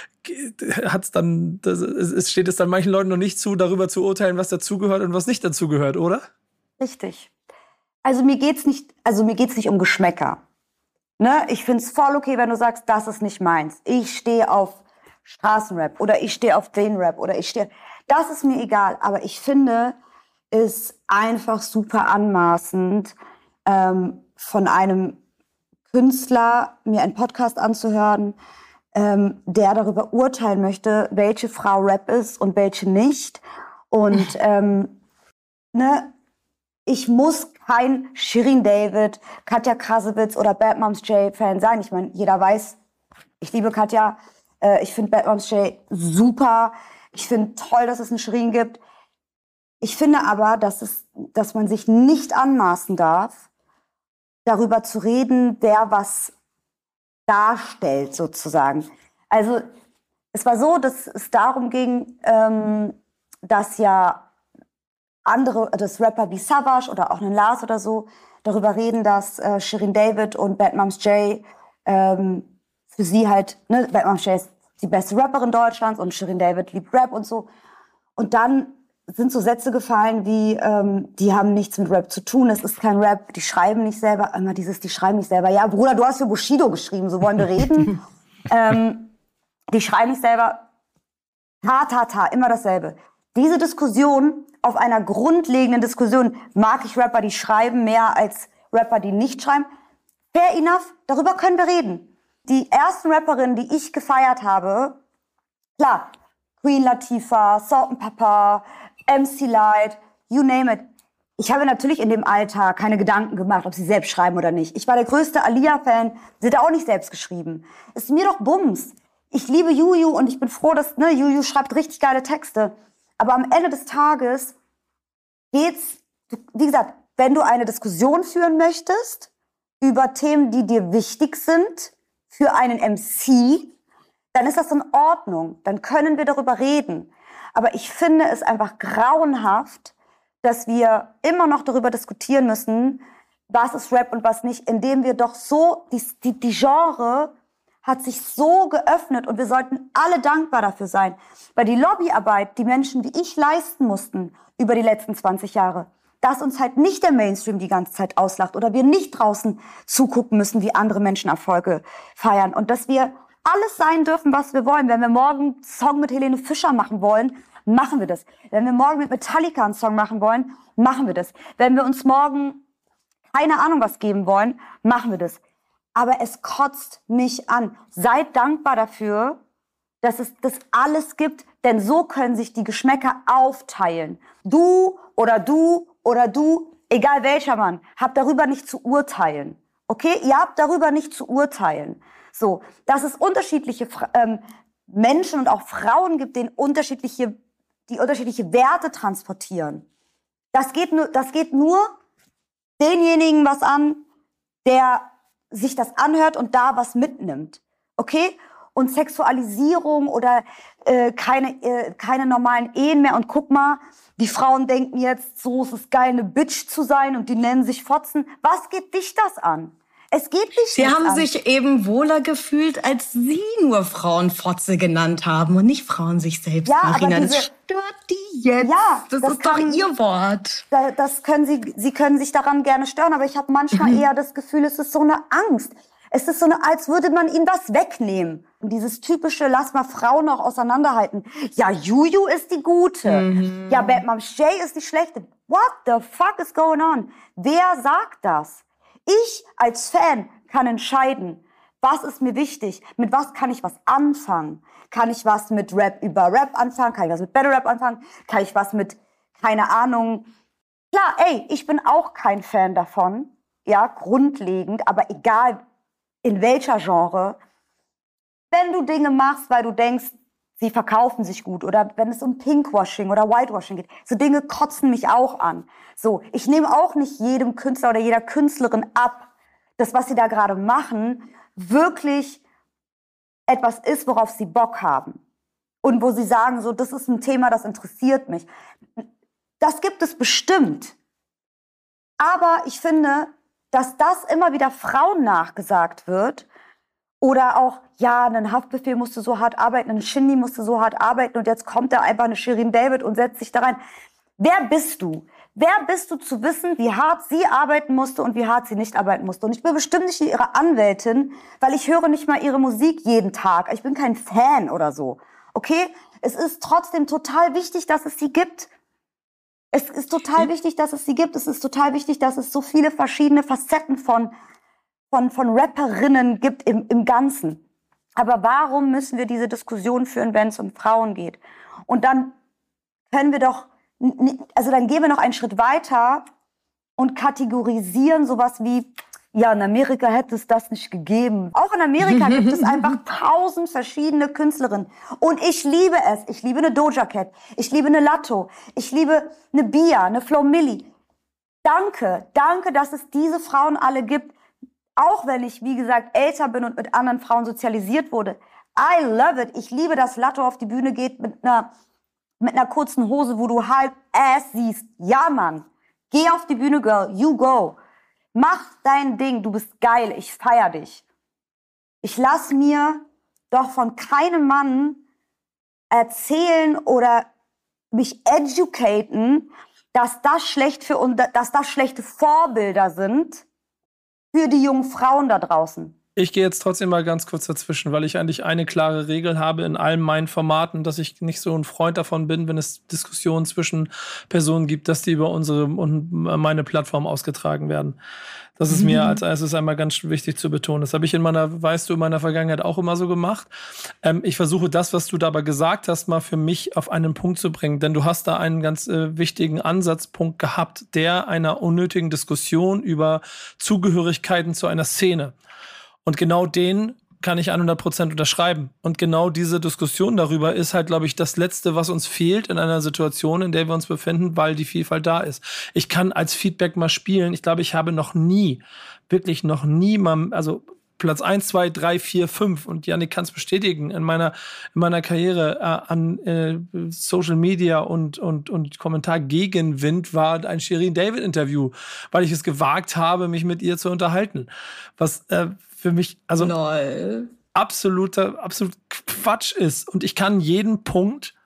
Steht es dann manchen Leuten noch nicht zu, darüber zu urteilen, was dazugehört und was nicht dazugehört, oder? Richtig. Also mir geht's nicht um Geschmäcker. Ne? Ich find's voll okay, wenn du sagst, das ist nicht meins. Ich stehe auf Straßenrap oder ich stehe auf den Rap oder das ist mir egal. Aber ich finde, ist einfach super anmaßend, von einem Künstler mir einen Podcast anzuhören, der darüber urteilen möchte, welche Frau Rap ist und welche nicht. Und ne, ich muss kein Shirin David, Katja Krasowitz oder Bad Moms J Fan sein. Ich meine, jeder weiß, ich liebe Katja. Ich finde Bad Moms J super. Ich finde toll, dass es einen Shirin gibt. Ich finde aber, dass man sich nicht anmaßen darf, darüber zu reden, wer was darstellt, sozusagen. Also, es war so, dass es darum ging, dass ja dass Rapper wie Savage oder auch einen Lars oder so darüber reden, dass Shirin David und Bad Moms J für sie halt, ne, Bad Moms J ist die beste Rapperin Deutschlands und Shirin David liebt Rap und so. Und dann sind so Sätze gefallen wie, die haben nichts mit Rap zu tun, es ist kein Rap, die schreiben nicht selber. Immer die schreiben nicht selber. Ja, Bruder, du hast für Bushido geschrieben, so wollen wir reden. Die schreiben nicht selber. Immer dasselbe. Diese Diskussion auf einer grundlegenden Diskussion, mag ich Rapper, die schreiben, mehr als Rapper, die nicht schreiben? Fair enough, darüber können wir reden. Die ersten Rapperinnen, die ich gefeiert habe, klar, Queen Latifah, Salt&Pepper, MC Lyte, you name it. Ich habe natürlich in dem Alter keine Gedanken gemacht, ob sie selbst schreiben oder nicht. Ich war der größte Aaliyah-Fan, sie hat auch nicht selbst geschrieben. Ist mir doch Bums. Ich liebe Juju und ich bin froh, dass Juju schreibt richtig geile Texte. Aber am Ende des Tages geht's, wie gesagt, wenn du eine Diskussion führen möchtest über Themen, die dir wichtig sind für einen MC, dann ist das in Ordnung. Dann können wir darüber reden. Aber ich finde es einfach grauenhaft, dass wir immer noch darüber diskutieren müssen, was ist Rap und was nicht, indem wir doch so, die Genre hat sich so geöffnet und wir sollten alle dankbar dafür sein. Weil die Lobbyarbeit, die Menschen wie ich leisten mussten über die letzten 20 Jahre, dass uns halt nicht der Mainstream die ganze Zeit auslacht oder wir nicht draußen zugucken müssen, wie andere Menschen Erfolge feiern und dass wir alles sein dürfen, was wir wollen. Wenn wir morgen einen Song mit Helene Fischer machen wollen, machen wir das. Wenn wir morgen mit Metallica einen Song machen wollen, machen wir das. Wenn wir uns morgen keine Ahnung was geben wollen, machen wir das. Aber es kotzt mich an. Seid dankbar dafür, dass es das alles gibt, denn so können sich die Geschmäcker aufteilen. Du oder du oder du, egal welcher Mann, habt darüber nicht zu urteilen. Okay? Ihr habt darüber nicht zu urteilen. So, dass es unterschiedliche Menschen und auch Frauen gibt, die unterschiedliche Werte transportieren. Das geht nur denjenigen was an, der sich das anhört und da was mitnimmt. Okay? Und Sexualisierung oder keine normalen Ehen mehr. Und guck mal, die Frauen denken jetzt, so ist es geil, eine Bitch zu sein und die nennen sich Fotzen. Was geht dich das an? Es geht nicht. Sie haben sich eben wohler gefühlt, als Sie nur Frauen Fotze genannt haben und nicht Frauen sich selbst. Ja, Marina, aber das stört die jetzt. Ja, das ist doch Ihr Wort. Sie können sich daran gerne stören, aber ich habe manchmal eher das Gefühl, es ist so eine Angst. Es ist so als würde man ihnen was wegnehmen. Und dieses typische, lass mal Frauen auch auseinanderhalten. Ja, Juju ist die Gute. Ja, Bad Moms J ist die Schlechte. What the fuck is going on? Wer sagt das? Ich als Fan kann entscheiden, was ist mir wichtig, mit was kann ich was anfangen. Kann ich was mit Rap über Rap anfangen? Kann ich was mit Battle Rap anfangen? Kann ich was mit, keine Ahnung. Klar, ich bin auch kein Fan davon, ja, grundlegend, aber egal in welcher Genre. Wenn du Dinge machst, weil du denkst, sie verkaufen sich gut oder wenn es um Pinkwashing oder Whitewashing geht, so Dinge kotzen mich auch an. So, ich nehme auch nicht jedem Künstler oder jeder Künstlerin ab, dass was sie da gerade machen, wirklich etwas ist, worauf sie Bock haben. Und wo sie sagen, so, das ist ein Thema, das interessiert mich. Das gibt es bestimmt. Aber ich finde, dass das immer wieder Frauen nachgesagt wird oder auch, ja, ein Haftbefehl musste so hart arbeiten, ein Shindy musste so hart arbeiten und jetzt kommt da einfach eine Shirin David und setzt sich da rein. Wer bist du? Wer bist du zu wissen, wie hart sie arbeiten musste und wie hart sie nicht arbeiten musste? Und ich bin bestimmt nicht ihre Anwältin, weil ich höre nicht mal ihre Musik jeden Tag. Ich bin kein Fan oder so. Okay? Es ist trotzdem total wichtig, dass es sie gibt. Es ist total wichtig, dass es sie gibt. Es ist total wichtig, dass es so viele verschiedene Facetten von Rapperinnen gibt im Ganzen. Aber warum müssen wir diese Diskussion führen, wenn es um Frauen geht? Und dann können wir doch also dann gehen wir noch einen Schritt weiter und kategorisieren sowas wie, ja, in Amerika hätte es das nicht gegeben. Auch in Amerika gibt es einfach 1000 verschiedene Künstlerinnen. Und ich liebe es. Ich liebe eine Doja Cat. Ich liebe eine Latto. Ich liebe eine Bia, eine Flo Milli. Danke, dass es diese Frauen alle gibt. Auch wenn ich, wie gesagt, älter bin und mit anderen Frauen sozialisiert wurde. I love it. Ich liebe, dass Latto auf die Bühne geht mit einer kurzen Hose, wo du halb Ass siehst. Ja, Mann. Geh auf die Bühne, Girl. You go. Mach dein Ding. Du bist geil. Ich feier dich. Ich lass mir doch von keinem Mann erzählen oder mich educaten, dass das schlechte Vorbilder sind für die jungen Frauen da draußen. Ich gehe jetzt trotzdem mal ganz kurz dazwischen, weil ich eigentlich eine klare Regel habe in allen meinen Formaten, dass ich nicht so ein Freund davon bin, wenn es Diskussionen zwischen Personen gibt, dass die über unsere und meine Plattform ausgetragen werden. Das ist mir als erstes einmal ganz wichtig zu betonen. Das habe ich in meiner Vergangenheit auch immer so gemacht. Ich versuche das, was du dabei gesagt hast, mal für mich auf einen Punkt zu bringen. Denn du hast da einen ganz wichtigen Ansatzpunkt gehabt, der einer unnötigen Diskussion über Zugehörigkeiten zu einer Szene. Und genau den kann ich 100% unterschreiben. Und genau diese Diskussion darüber ist halt, glaube ich, das Letzte, was uns fehlt in einer Situation, in der wir uns befinden, weil die Vielfalt da ist. Ich kann als Feedback mal spielen. Ich glaube, ich habe noch nie mal, also Platz 1, 2, 3, 4, 5 und Jannik kann es bestätigen, in meiner Karriere an Social Media und Kommentargegenwind war ein Shirin David Interview, weil ich es gewagt habe, mich mit ihr zu unterhalten. Was für mich absolut Quatsch ist. Und ich kann jeden Punkt,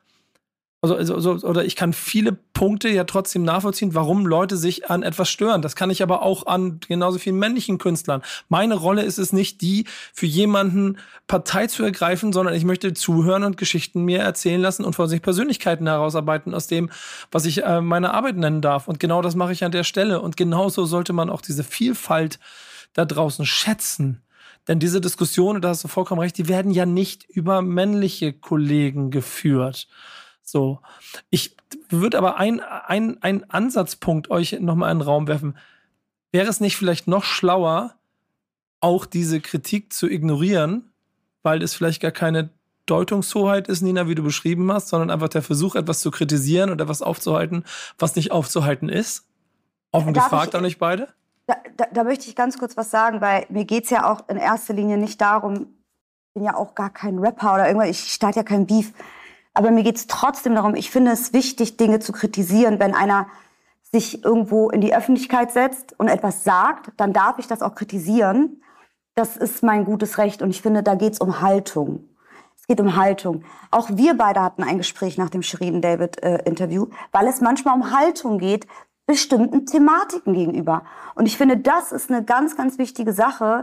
oder ich kann viele Punkte ja trotzdem nachvollziehen, warum Leute sich an etwas stören. Das kann ich aber auch an genauso vielen männlichen Künstlern. Meine Rolle ist es nicht, die für jemanden Partei zu ergreifen, sondern ich möchte zuhören und Geschichten mir erzählen lassen und von sich Persönlichkeiten herausarbeiten aus dem, was ich meine Arbeit nennen darf. Und genau das mache ich an der Stelle. Und genauso sollte man auch diese Vielfalt da draußen schätzen. Denn diese Diskussionen, da hast du vollkommen recht, die werden ja nicht über männliche Kollegen geführt. So. Ich würde aber einen Ansatzpunkt euch nochmal in den Raum werfen. Wäre es nicht vielleicht noch schlauer, auch diese Kritik zu ignorieren, weil es vielleicht gar keine Deutungshoheit ist, Nina, wie du beschrieben hast, sondern einfach der Versuch, etwas zu kritisieren oder etwas aufzuhalten, was nicht aufzuhalten ist? Offen gefragt an euch beide? Da möchte ich ganz kurz was sagen, weil mir geht's ja auch in erster Linie nicht darum, ich bin ja auch gar kein Rapper oder irgendwas, ich starte ja kein Beef, aber mir geht's trotzdem darum, ich finde es wichtig, Dinge zu kritisieren. Wenn einer sich irgendwo in die Öffentlichkeit setzt und etwas sagt, dann darf ich das auch kritisieren. Das ist mein gutes Recht und ich finde, da geht's um Haltung. Es geht um Haltung. Auch wir beide hatten ein Gespräch nach dem Shirin David Interview, weil es manchmal um Haltung geht, bestimmten Thematiken gegenüber. Und ich finde, das ist eine ganz, ganz wichtige Sache.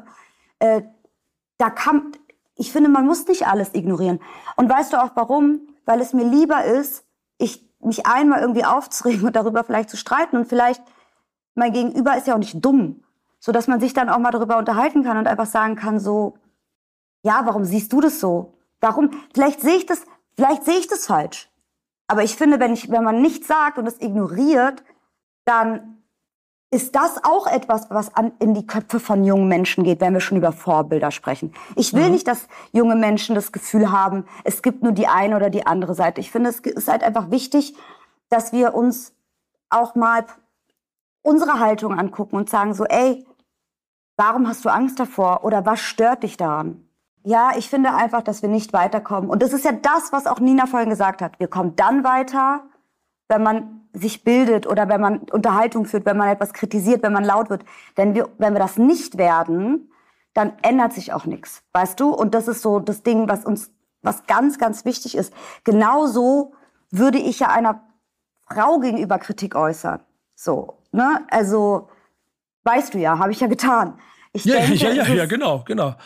Ich finde, man muss nicht alles ignorieren. Und weißt du auch warum? Weil es mir lieber ist, mich einmal irgendwie aufzuregen und darüber vielleicht zu streiten. Und vielleicht, mein Gegenüber ist ja auch nicht dumm. So dass man sich dann auch mal darüber unterhalten kann und einfach sagen kann, so, ja, warum siehst du das so? Warum? Vielleicht sehe ich das falsch. Aber ich finde, wenn man nichts sagt und es ignoriert, dann ist das auch etwas, was in die Köpfe von jungen Menschen geht, wenn wir schon über Vorbilder sprechen. Ich will nicht, dass junge Menschen das Gefühl haben, es gibt nur die eine oder die andere Seite. Ich finde, es ist halt einfach wichtig, dass wir uns auch mal unsere Haltung angucken und sagen so, ey, warum hast du Angst davor? Oder was stört dich daran? Ja, ich finde einfach, dass wir nicht weiterkommen. Und das ist ja das, was auch Nina vorhin gesagt hat. Wir kommen dann weiter, wenn man sich bildet oder wenn man Unterhaltung führt, wenn man etwas kritisiert, wenn man laut wird. Denn wenn wir das nicht werden, dann ändert sich auch nichts, weißt du? Und das ist so das Ding, was ganz, ganz wichtig ist. Genauso würde ich ja einer Frau gegenüber Kritik äußern. So, ne? Also, weißt du ja, habe ich ja getan. Genau.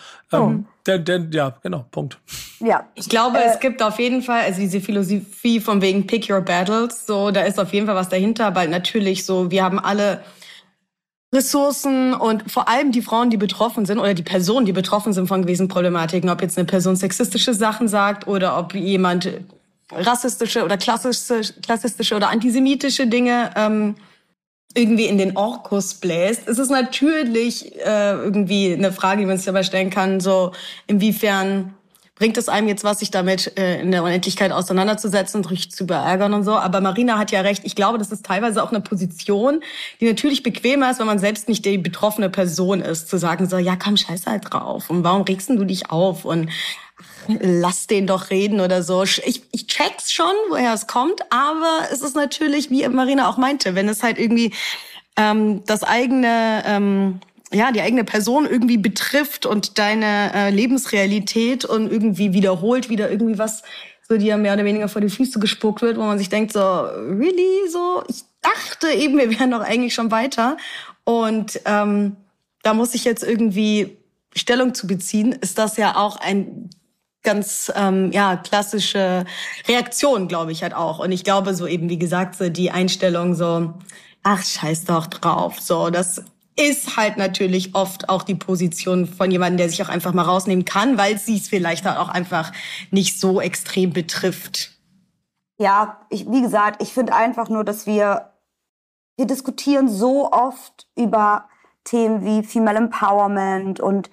Genau, Punkt. Ja. Ich glaube, es gibt auf jeden Fall, also diese Philosophie von wegen Pick Your Battles, so, da ist auf jeden Fall was dahinter, weil natürlich so, wir haben alle Ressourcen und vor allem die Frauen, die betroffen sind oder die Personen, die betroffen sind von gewissen Problematiken, ob jetzt eine Person sexistische Sachen sagt oder ob jemand rassistische oder klassistische oder antisemitische Dinge irgendwie in den Orkus bläst, ist es natürlich irgendwie eine Frage, die man sich dabei stellen kann, so inwiefern bringt es einem jetzt was, sich damit in der Unendlichkeit auseinanderzusetzen und richtig zu beärgern und so. Aber Marina hat ja recht. Ich glaube, das ist teilweise auch eine Position, die natürlich bequemer ist, wenn man selbst nicht die betroffene Person ist, zu sagen so, ja komm, scheiß halt drauf. Und warum regst du dich auf? Und lass den doch reden oder so. Ich check's schon, woher es kommt. Aber es ist natürlich, wie Marina auch meinte, wenn es halt irgendwie das eigene... die eigene Person irgendwie betrifft und deine Lebensrealität und irgendwie wiederholt wieder irgendwie was so dir mehr oder weniger vor die Füße gespuckt wird, wo man sich denkt so, really? So, ich dachte eben, wir wären doch eigentlich schon weiter. Und da muss ich jetzt irgendwie Stellung zu beziehen, ist das ja auch ein ganz klassische Reaktion, glaube ich halt auch. Und ich glaube so eben, wie gesagt, so die Einstellung so, ach, scheiß doch drauf. So, das ist halt natürlich oft auch die Position von jemandem, der sich auch einfach mal rausnehmen kann, weil sie es vielleicht halt auch einfach nicht so extrem betrifft. Ja, wie gesagt, ich finde einfach nur, dass wir diskutieren so oft über Themen wie Female Empowerment und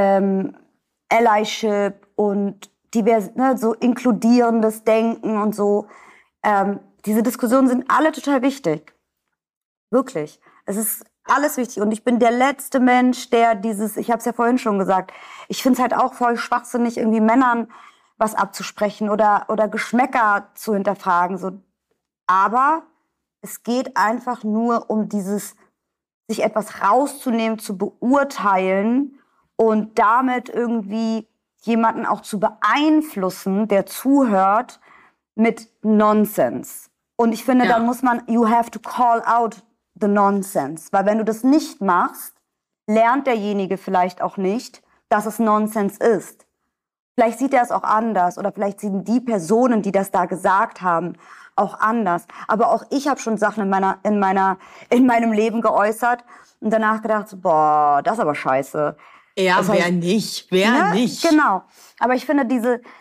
Allyship und so inkludierendes Denken und so. Diese Diskussionen sind alle total wichtig. Wirklich. Es ist alles wichtig. Und ich bin der letzte Mensch, der ich habe es ja vorhin schon gesagt, ich finde es halt auch voll schwachsinnig, irgendwie Männern was abzusprechen oder Geschmäcker zu hinterfragen. So. Aber es geht einfach nur um sich etwas rauszunehmen, zu beurteilen und damit irgendwie jemanden auch zu beeinflussen, der zuhört, mit Nonsense. Und ich finde, dann muss man, you have to call out the nonsense. Weil wenn du das nicht machst, lernt derjenige vielleicht auch nicht, dass es Nonsense ist. Vielleicht sieht er es auch anders oder vielleicht sehen die Personen, die das da gesagt haben, auch anders. Aber auch ich habe schon Sachen in meinem Leben geäußert und danach gedacht, boah, das ist aber scheiße. Ja, das heißt, wer nicht? Genau. Aber ich finde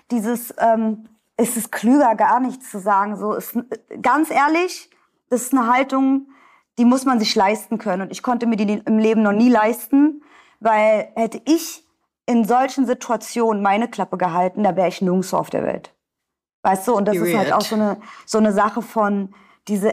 es ist klüger, gar nichts zu sagen. So, ganz ehrlich, das ist eine Haltung, die muss man sich leisten können. Und ich konnte mir die im Leben noch nie leisten, weil hätte ich in solchen Situationen meine Klappe gehalten, da wäre ich nirgendwo auf der Welt. Weißt du? Und das ist halt auch so eine Sache von, diese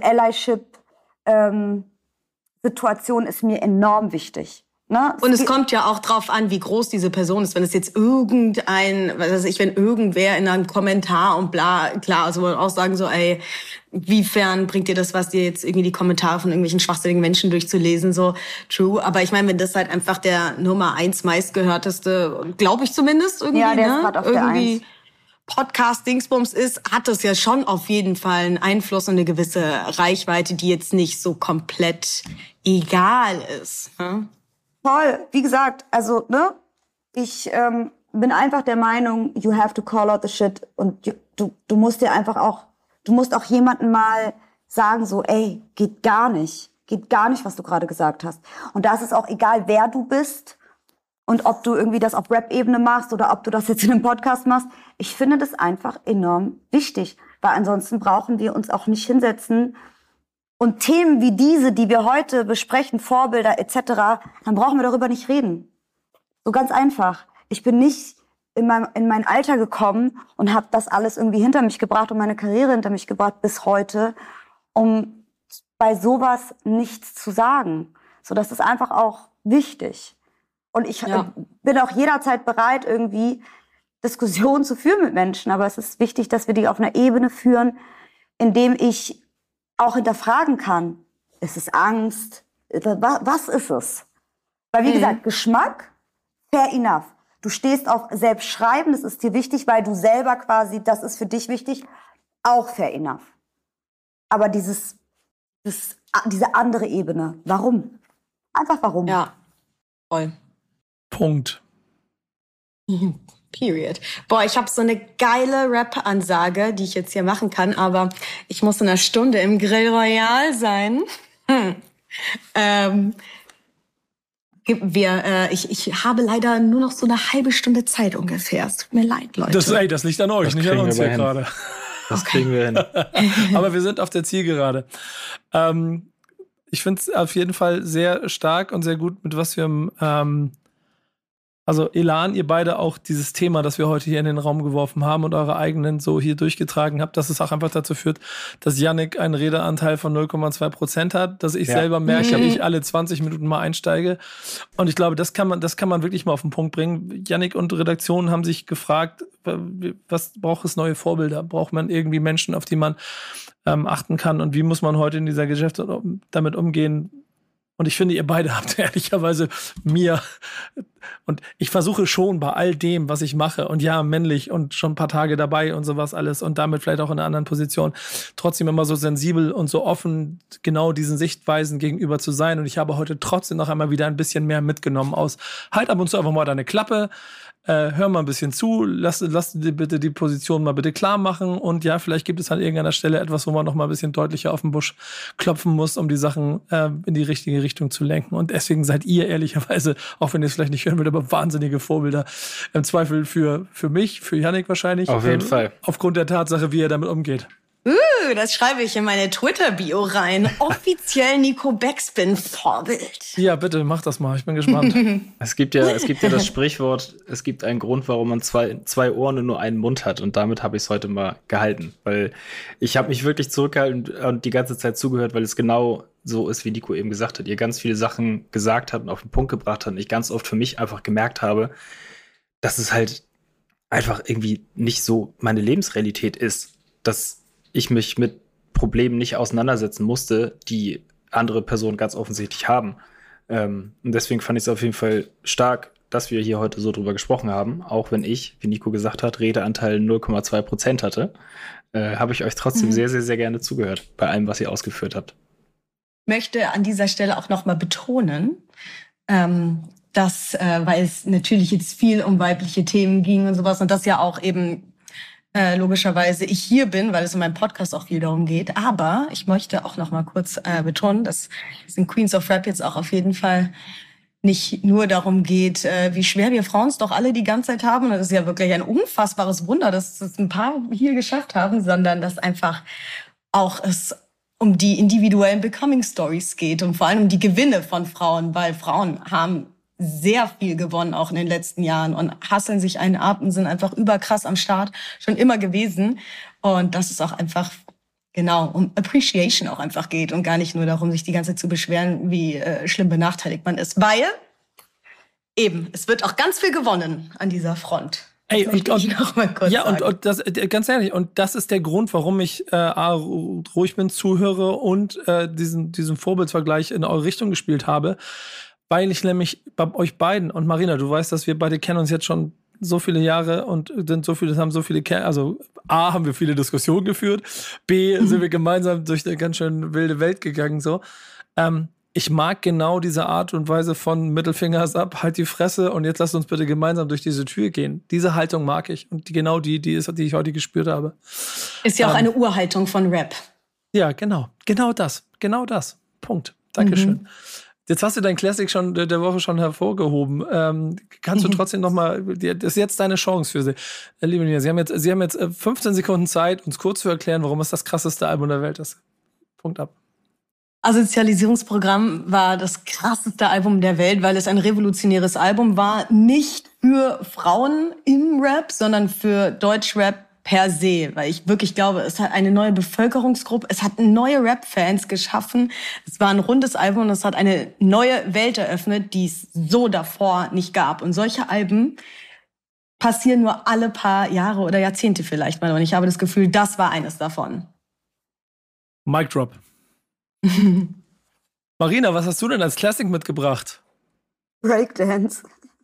Allyship-Situation ist mir enorm wichtig. Ne? Und es kommt ja auch drauf an, wie groß diese Person ist. Wenn es jetzt wenn irgendwer in einem Kommentar und bla, klar, also man auch sagen so, ey, wiefern bringt dir das was, dir jetzt irgendwie die Kommentare von irgendwelchen schwachsinnigen Menschen durchzulesen, so, true. Aber ich meine, wenn das halt einfach der Nummer 1 meistgehörteste, glaube ich zumindest irgendwie, ja, der ist grad auf irgendwie der 1. Podcast-Dingsbums ist, hat das ja schon auf jeden Fall einen Einfluss und eine gewisse Reichweite, die jetzt nicht so komplett egal ist. Hm? Voll, wie gesagt, also, ich bin einfach der Meinung, you have to call out the shit und du musst dir einfach auch, du musst auch jemandem mal sagen so, ey, geht gar nicht, was du gerade gesagt hast. Und da ist es auch egal, wer du bist und ob du irgendwie das auf Rap-Ebene machst oder ob du das jetzt in einem Podcast machst. Ich finde das einfach enorm wichtig, weil ansonsten brauchen wir uns auch nicht hinsetzen. Und Themen wie diese, die wir heute besprechen, Vorbilder etc., dann brauchen wir darüber nicht reden. So ganz einfach. Ich bin nicht in mein Alter gekommen und habe das alles irgendwie hinter mich gebracht und meine Karriere hinter mich gebracht bis heute, um bei sowas nichts zu sagen. So, das ist einfach auch wichtig. Und ich bin auch jederzeit bereit, irgendwie Diskussionen zu führen mit Menschen. Aber es ist wichtig, dass wir die auf einer Ebene führen, in dem ich auch hinterfragen kann. Ist es Angst? Was ist es? Weil, wie gesagt, Geschmack, fair enough. Du stehst auf Selbstschreiben, das ist dir wichtig, weil du selber quasi, das ist für dich wichtig, auch fair enough. Aber diese andere Ebene, warum? Einfach warum. Ja, voll. Punkt. Period. Boah, ich habe so eine geile Rap-Ansage, die ich jetzt hier machen kann, aber ich muss in einer Stunde im Grill Royal sein. Ich habe leider nur noch so eine halbe Stunde Zeit ungefähr. Es tut mir leid, Leute. Das liegt an euch, nicht an uns hier gerade. Das kriegen wir hin. Aber wir sind auf der Zielgerade. Ich finde es auf jeden Fall sehr stark und sehr gut, mit was wir also Elan, ihr beide auch dieses Thema, das wir heute hier in den Raum geworfen haben und eure eigenen so hier durchgetragen habt, dass es auch einfach dazu führt, dass Yannick einen Redeanteil von 0,2% hat, dass ich selber merke, wie ich alle 20 Minuten mal einsteige. Und ich glaube, das kann man wirklich mal auf den Punkt bringen. Yannick und Redaktion haben sich gefragt, was braucht es neue Vorbilder? Braucht man irgendwie Menschen, auf die man achten kann? Und wie muss man heute in dieser Geschichte damit umgehen? Und ich finde, ihr beide habt ehrlicherweise mir, und ich versuche schon bei all dem, was ich mache, und ja, männlich und schon ein paar Tage dabei und sowas alles und damit vielleicht auch in einer anderen Position, trotzdem immer so sensibel und so offen genau diesen Sichtweisen gegenüber zu sein. Und ich habe heute trotzdem noch einmal wieder ein bisschen mehr mitgenommen aus, halt ab und zu einfach mal deine Klappe, hör mal ein bisschen zu, lass dir bitte die Position mal bitte klar machen und ja, vielleicht gibt es an irgendeiner Stelle etwas, wo man noch mal ein bisschen deutlicher auf den Busch klopfen muss, um die Sachen in die richtige Richtung zu lenken. Und deswegen seid ihr ehrlicherweise, auch wenn ihr es vielleicht nicht hören würdet, aber wahnsinnige Vorbilder. Im Zweifel für mich, für Yannick wahrscheinlich. Auf jeden Fall. Aufgrund der Tatsache, wie er damit umgeht. Das schreibe ich in meine Twitter-Bio rein. Offiziell Nico Backspin Vorbild. Ja, bitte, mach das mal. Ich bin gespannt. Es gibt ja das Sprichwort, es gibt einen Grund, warum man zwei Ohren und nur einen Mund hat. Und damit habe ich es heute mal gehalten. Weil ich habe mich wirklich zurückgehalten und die ganze Zeit zugehört, weil es genau so ist, wie Nico eben gesagt hat. Ihr ganz viele Sachen gesagt hat und auf den Punkt gebracht hat. Und ich ganz oft für mich einfach gemerkt habe, dass es halt einfach irgendwie nicht so meine Lebensrealität ist. Dass ich mich mit Problemen nicht auseinandersetzen musste, die andere Personen ganz offensichtlich haben. Und deswegen fand ich es auf jeden Fall stark, dass wir hier heute so drüber gesprochen haben. Auch wenn ich, wie Nico gesagt hat, Redeanteil 0,2% hatte, habe ich euch trotzdem sehr, sehr, sehr gerne zugehört bei allem, was ihr ausgeführt habt. Ich möchte an dieser Stelle auch noch mal betonen, dass, weil es natürlich jetzt viel um weibliche Themen ging und sowas und das ja auch eben logischerweise ich hier bin, weil es in meinem Podcast auch viel darum geht. Aber ich möchte auch noch mal kurz betonen, dass es in Queens of Rap jetzt auch auf jeden Fall nicht nur darum geht, wie schwer wir Frauen es doch alle die ganze Zeit haben. Und das ist ja wirklich ein unfassbares Wunder, dass es ein paar hier geschafft haben, sondern dass einfach auch es um die individuellen Becoming Stories geht und vor allem um die Gewinne von Frauen, weil Frauen haben sehr viel gewonnen, auch in den letzten Jahren und hasseln sich einen ab und sind einfach überkrass am Start, schon immer gewesen. Und dass es auch einfach, genau, um Appreciation auch einfach geht und gar nicht nur darum, sich die ganze Zeit zu beschweren, wie schlimm benachteiligt man ist. Weil eben, es wird auch ganz viel gewonnen an dieser Front. Ey, und das, ganz ehrlich, und das ist der Grund, warum ich ruhig bin, zuhöre und diesen Vorbildsvergleich in eure Richtung gespielt habe. Weil ich nämlich bei euch beiden, und Marina, du weißt, dass wir beide kennen uns jetzt schon so viele Jahre und haben so viele, also A, haben wir viele Diskussionen geführt, B, sind wir gemeinsam durch eine ganz schön wilde Welt gegangen, so. Ich mag genau diese Art und Weise von Mittelfingers ab, halt die Fresse und jetzt lasst uns bitte gemeinsam durch diese Tür gehen. Diese Haltung mag ich und genau die ich heute gespürt habe. Ist ja auch eine Urhaltung von Rap. Ja, genau das. Punkt. Dankeschön. Jetzt hast du dein Classic schon der Woche schon hervorgehoben. Kannst du trotzdem noch mal, das ist jetzt deine Chance für Sie. Liebe Nina, Sie haben jetzt 15 Sekunden Zeit, uns kurz zu erklären, warum es das krasseste Album der Welt ist. Punkt ab. Asozialisierungsprogramm war das krasseste Album der Welt, weil es ein revolutionäres Album war. Nicht für Frauen im Rap, sondern für Deutschrap per se, weil ich wirklich glaube, es hat eine neue Bevölkerungsgruppe, es hat neue Rap-Fans geschaffen. Es war ein rundes Album und es hat eine neue Welt eröffnet, die es so davor nicht gab. Und solche Alben passieren nur alle paar Jahre oder Jahrzehnte vielleicht mal. Und ich habe das Gefühl, das war eines davon. Mic Drop. Marina, was hast du denn als Classic mitgebracht? Breakdance.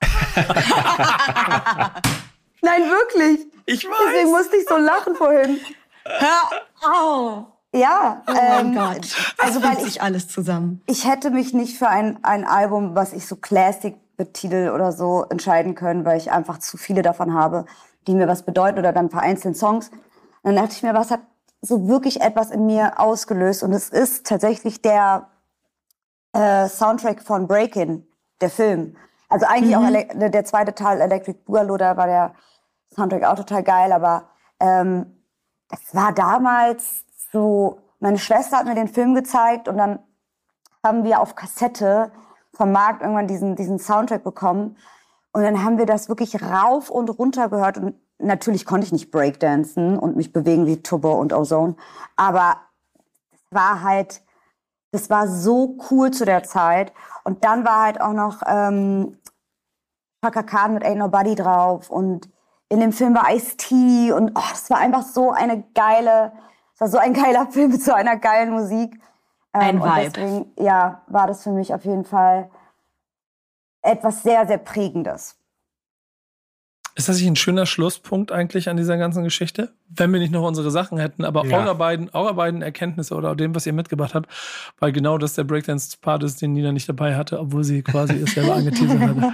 Nein, wirklich. Ich weiß. Deswegen musste ich so lachen vorhin. Hör auf. Ja. Oh mein Gott. Also weil ich alles zusammen. Ich hätte mich nicht für ein Album, was ich so Classic betitel oder so, entscheiden können, weil ich einfach zu viele davon habe, die mir was bedeuten oder dann vereinzelt Songs. Und dann dachte ich mir, was hat so wirklich etwas in mir ausgelöst? Und es ist tatsächlich der Soundtrack von Breakin', der Film. Also eigentlich auch der zweite Teil, Electric Boogaloo, da war der Soundtrack auch total geil, aber das war damals so, meine Schwester hat mir den Film gezeigt und dann haben wir auf Kassette vom Markt irgendwann diesen Soundtrack bekommen. Und dann haben wir das wirklich rauf und runter gehört. Und natürlich konnte ich nicht breakdancen und mich bewegen wie Turbo und Ozone. Aber das war so cool zu der Zeit. Und dann war halt auch noch Chaka Khan mit Ain't Nobody drauf. Und in dem Film war Ice-T. Und das war einfach so ein geiler Film mit so einer geilen Musik. Ein Vibe. Und deswegen, war das für mich auf jeden Fall etwas sehr, sehr Prägendes. Ist das nicht ein schöner Schlusspunkt eigentlich an dieser ganzen Geschichte? Wenn wir nicht noch unsere Sachen hätten, aber eure beiden Erkenntnisse oder dem, was ihr mitgebracht habt, weil genau das der Breakdance-Part ist, den Nina nicht dabei hatte, obwohl sie quasi es selber angeteasert hatte.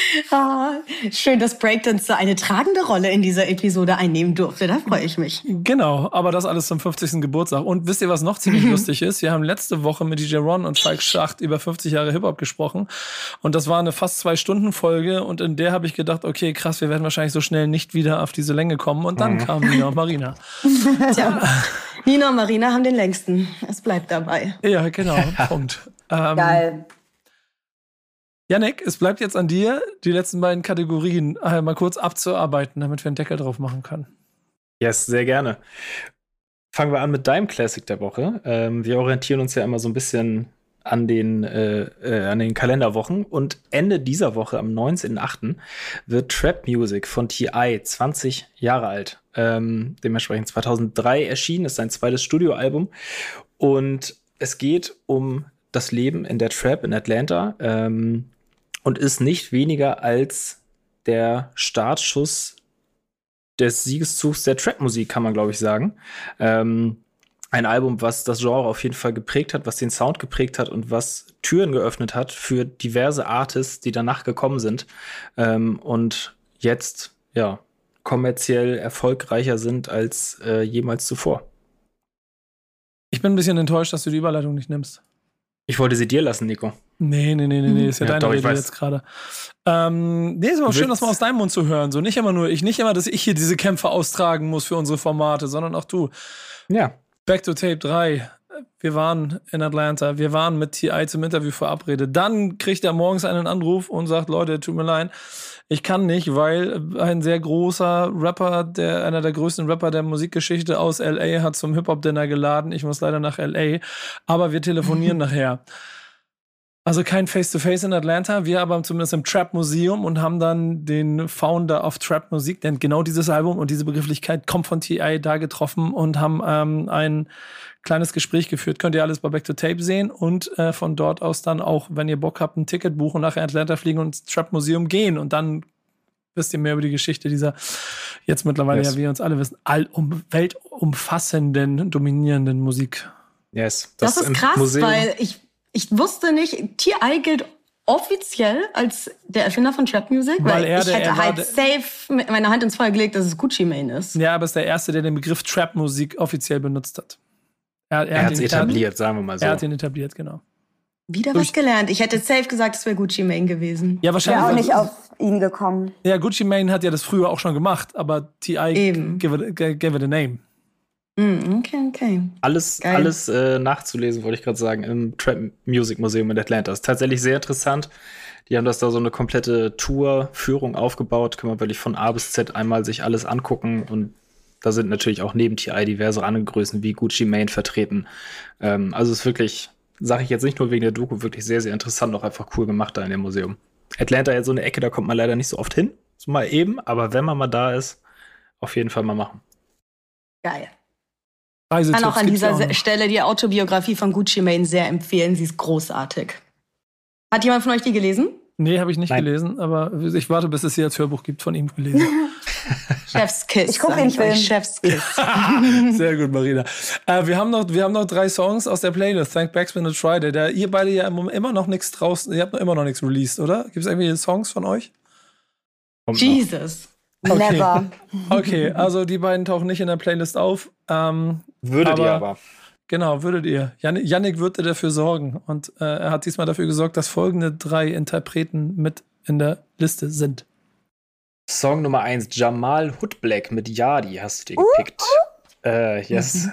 Schön, dass Breakdance so eine tragende Rolle in dieser Episode einnehmen durfte. Da freue ich mich. Genau, aber das alles zum 50. Geburtstag. Und wisst ihr, was noch ziemlich lustig ist? Wir haben letzte Woche mit DJ Ron und Falk Schacht über 50 Jahre Hip-Hop gesprochen. Und das war eine fast 2-Stunden-Folge. Und in der habe ich gedacht, okay, krass, wir werden wahrscheinlich so schnell nicht wieder auf diese Länge kommen. Und dann kamen Nina und Marina. Tja, Nina und Marina haben den längsten. Es bleibt dabei. Ja, genau. Punkt. Geil. Yannick, es bleibt jetzt an dir, die letzten beiden Kategorien mal kurz abzuarbeiten, damit wir einen Deckel drauf machen können. Yes, sehr gerne. Fangen wir an mit deinem Classic der Woche. Wir orientieren uns ja immer so ein bisschen an den Kalenderwochen. Und Ende dieser Woche, am 19.08., wird Trap Music von T.I. 20 Jahre alt. Dementsprechend 2003 erschienen, ist sein zweites Studioalbum. Und es geht um das Leben in der Trap in Atlanta. Und ist nicht weniger als der Startschuss des Siegeszugs der Trap-Musik, kann man, glaube ich, sagen. Ein Album, was das Genre auf jeden Fall geprägt hat, was den Sound geprägt hat und was Türen geöffnet hat für diverse Artists, die danach gekommen sind und jetzt kommerziell erfolgreicher sind als jemals zuvor. Ich bin ein bisschen enttäuscht, dass du die Überleitung nicht nimmst. Ich wollte sie dir lassen, Nico. Nee, ist ja deine Rede jetzt gerade. Ist aber schön, das mal aus deinem Mund zu hören. So nicht immer, dass ich hier diese Kämpfe austragen muss für unsere Formate, sondern auch du. Ja. Back to Tape 3. Wir waren in Atlanta. Wir waren mit T.I. zum Interview verabredet. Dann kriegt er morgens einen Anruf und sagt, Leute, tut mir leid, ich kann nicht, weil ein sehr großer Rapper, einer der größten Rapper der Musikgeschichte aus L.A. hat zum Hip-Hop-Dinner geladen. Ich muss leider nach L.A., aber wir telefonieren nachher. Also kein Face-to-Face in Atlanta, wir aber zumindest im Trap-Museum und haben dann den Founder of Trap-Musik, denn genau dieses Album und diese Begrifflichkeit kommt von T.I. da getroffen und haben ein kleines Gespräch geführt. Könnt ihr alles bei Back to Tape sehen und von dort aus dann auch, wenn ihr Bock habt, ein Ticket buchen, nach Atlanta fliegen und ins Trap-Museum gehen und dann wisst ihr mehr über die Geschichte dieser jetzt mittlerweile, wie wir uns alle wissen, weltumfassenden, dominierenden Musik. Yes. Das ist krass, Museum. Weil ich wusste nicht, T.I. gilt offiziell als der Erfinder von Trap Music, weil ich hätte halt safe mit meiner Hand ins Feuer gelegt, dass es Gucci Mane ist. Ja, aber ist der Erste, der den Begriff Trap Musik offiziell benutzt hat. Er hat es etabliert, sagen wir mal so. Er hat ihn etabliert, genau. Wieder was gelernt. Ich hätte safe gesagt, es wäre Gucci Mane gewesen. Ja, wahrscheinlich. Wäre auch nicht auf ihn gekommen. Ja, Gucci Mane hat ja das früher auch schon gemacht, aber T.I. gave it a name. Okay. Alles nachzulesen, wollte ich gerade sagen, im Trap Music Museum in Atlanta. Das ist tatsächlich sehr interessant. Die haben das da so eine komplette Tour-Führung aufgebaut. Kann man wirklich von A bis Z einmal sich alles angucken. Und da sind natürlich auch neben T.I. diverse andere Größen wie Gucci Mane vertreten. Also es ist wirklich, sage ich jetzt nicht nur wegen der Doku, wirklich sehr, sehr interessant, auch einfach cool gemacht da in dem Museum. Atlanta ist so eine Ecke, da kommt man leider nicht so oft hin. So mal eben, aber wenn man mal da ist, auf jeden Fall mal machen. Geil. Ich kann auch an dieser Stelle die Autobiografie von Gucci Mane sehr empfehlen. Sie ist großartig. Hat jemand von euch die gelesen? Nee, habe ich nicht gelesen, aber ich warte, bis es sie als Hörbuch gibt, von ihm gelesen. Chefskiss. Ich gucke den Film. Chefskiss. Sehr gut, Marina. Wir haben noch 3 Songs aus der Playlist. Thank Backspin and Friday. Da ihr beide ja immer noch nichts draußen, ihr habt noch immer noch nichts released, oder? Gibt es irgendwelche Songs von euch? Jesus. Okay. Never. Okay, also die beiden tauchen nicht in der Playlist auf. Würdet ihr aber. Genau, würdet ihr. Yannick würde dafür sorgen. Und er hat diesmal dafür gesorgt, dass folgende 3 Interpreten mit in der Liste sind. Song Nummer 1, Jamal Hoodblack mit Yadi, hast du dir gepickt. Yes.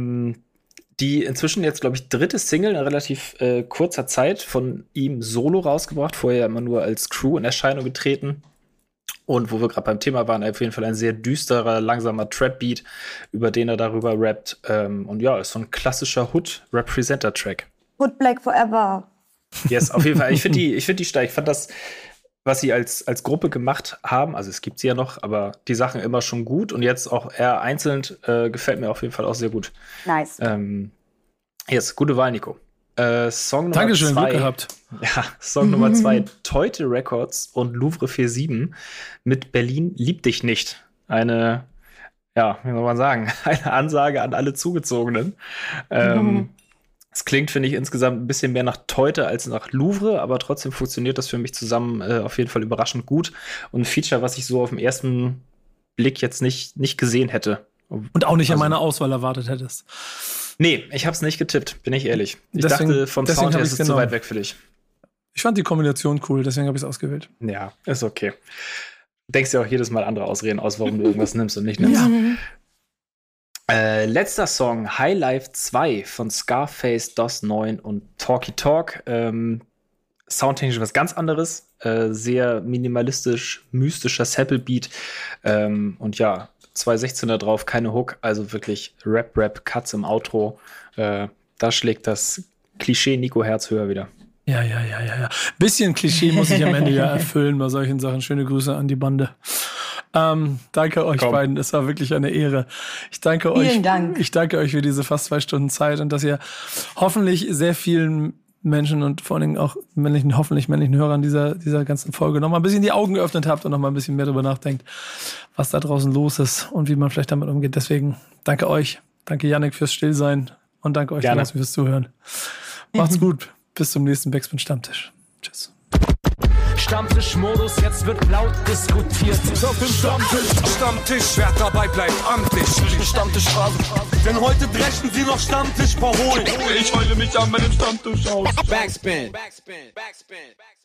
Die inzwischen jetzt, glaube ich, 3. Single in relativ kurzer Zeit von ihm solo rausgebracht. Vorher immer nur als Crew in Erscheinung getreten. Und wo wir gerade beim Thema waren, auf jeden Fall ein sehr düsterer, langsamer Trap-Beat, über den er darüber rappt. Und ja, ist so ein klassischer Hood-Representer-Track. Hood Black Forever. Yes, auf jeden Fall. Ich finde die stark. Ich fand das, was sie als Gruppe gemacht haben, also es gibt sie ja noch, aber die Sachen immer schon gut. Und jetzt auch er einzeln gefällt mir auf jeden Fall auch sehr gut. Nice. Yes, gute Wahl, Nico. Song Nummer Dankeschön, 2. Glück gehabt. Ja, Song Nummer 2, Teute Records und Louvre 47 mit Berlin liebt dich nicht. Eine, ja, wie soll man sagen, eine Ansage an alle Zugezogenen. Es klingt, finde ich, insgesamt ein bisschen mehr nach Teute als nach Louvre, aber trotzdem funktioniert das für mich zusammen auf jeden Fall überraschend gut. Und ein Feature, was ich so auf den ersten Blick jetzt nicht gesehen hätte. Und auch nicht an meine Auswahl erwartet hättest. Nee, ich hab's nicht getippt, bin ich ehrlich. Ich dachte, vom Sound her ist es zu weit weg für dich. Ich fand die Kombination cool, deswegen habe ich es ausgewählt. Ja, ist okay. Du denkst ja auch jedes Mal andere Ausreden aus, warum du irgendwas nimmst und nicht nimmst. Ja. Letzter Song, High Life 2 von Scarface, DOS 9 und Talky Talk. Soundtechnisch was ganz anderes. Sehr minimalistisch, mystischer Sample-Beat. Und ja, 2.16er drauf, keine Hook, also wirklich Rap, Cuts im Outro. Da schlägt das Klischee Nico Herz höher wieder. Ja. Bisschen Klischee muss ich am Ende ja erfüllen bei solchen Sachen. Schöne Grüße an die Bande. Danke euch beiden, es war wirklich eine Ehre. Ich danke euch. Vielen Dank. Ich danke euch für diese fast 2 Stunden Zeit und dass ihr hoffentlich sehr vielen Menschen und vor allen Dingen auch hoffentlich männlichen Hörern dieser ganzen Folge noch mal ein bisschen die Augen geöffnet habt und noch mal ein bisschen mehr darüber nachdenkt, was da draußen los ist und wie man vielleicht damit umgeht. Deswegen danke euch. Danke Yannick fürs Stillsein und danke euch draußen fürs Zuhören. Macht's gut. Bis zum nächsten Backspin Stammtisch. Tschüss. Stammtischmodus, jetzt wird laut diskutiert. Auf dem Stammtisch, wer dabei bleibt, amtlich. Stammtisch Phase, denn heute dreschen sie noch Stammtisch verholen. Ich heule mich an meinem Stammtisch aus. Backspin.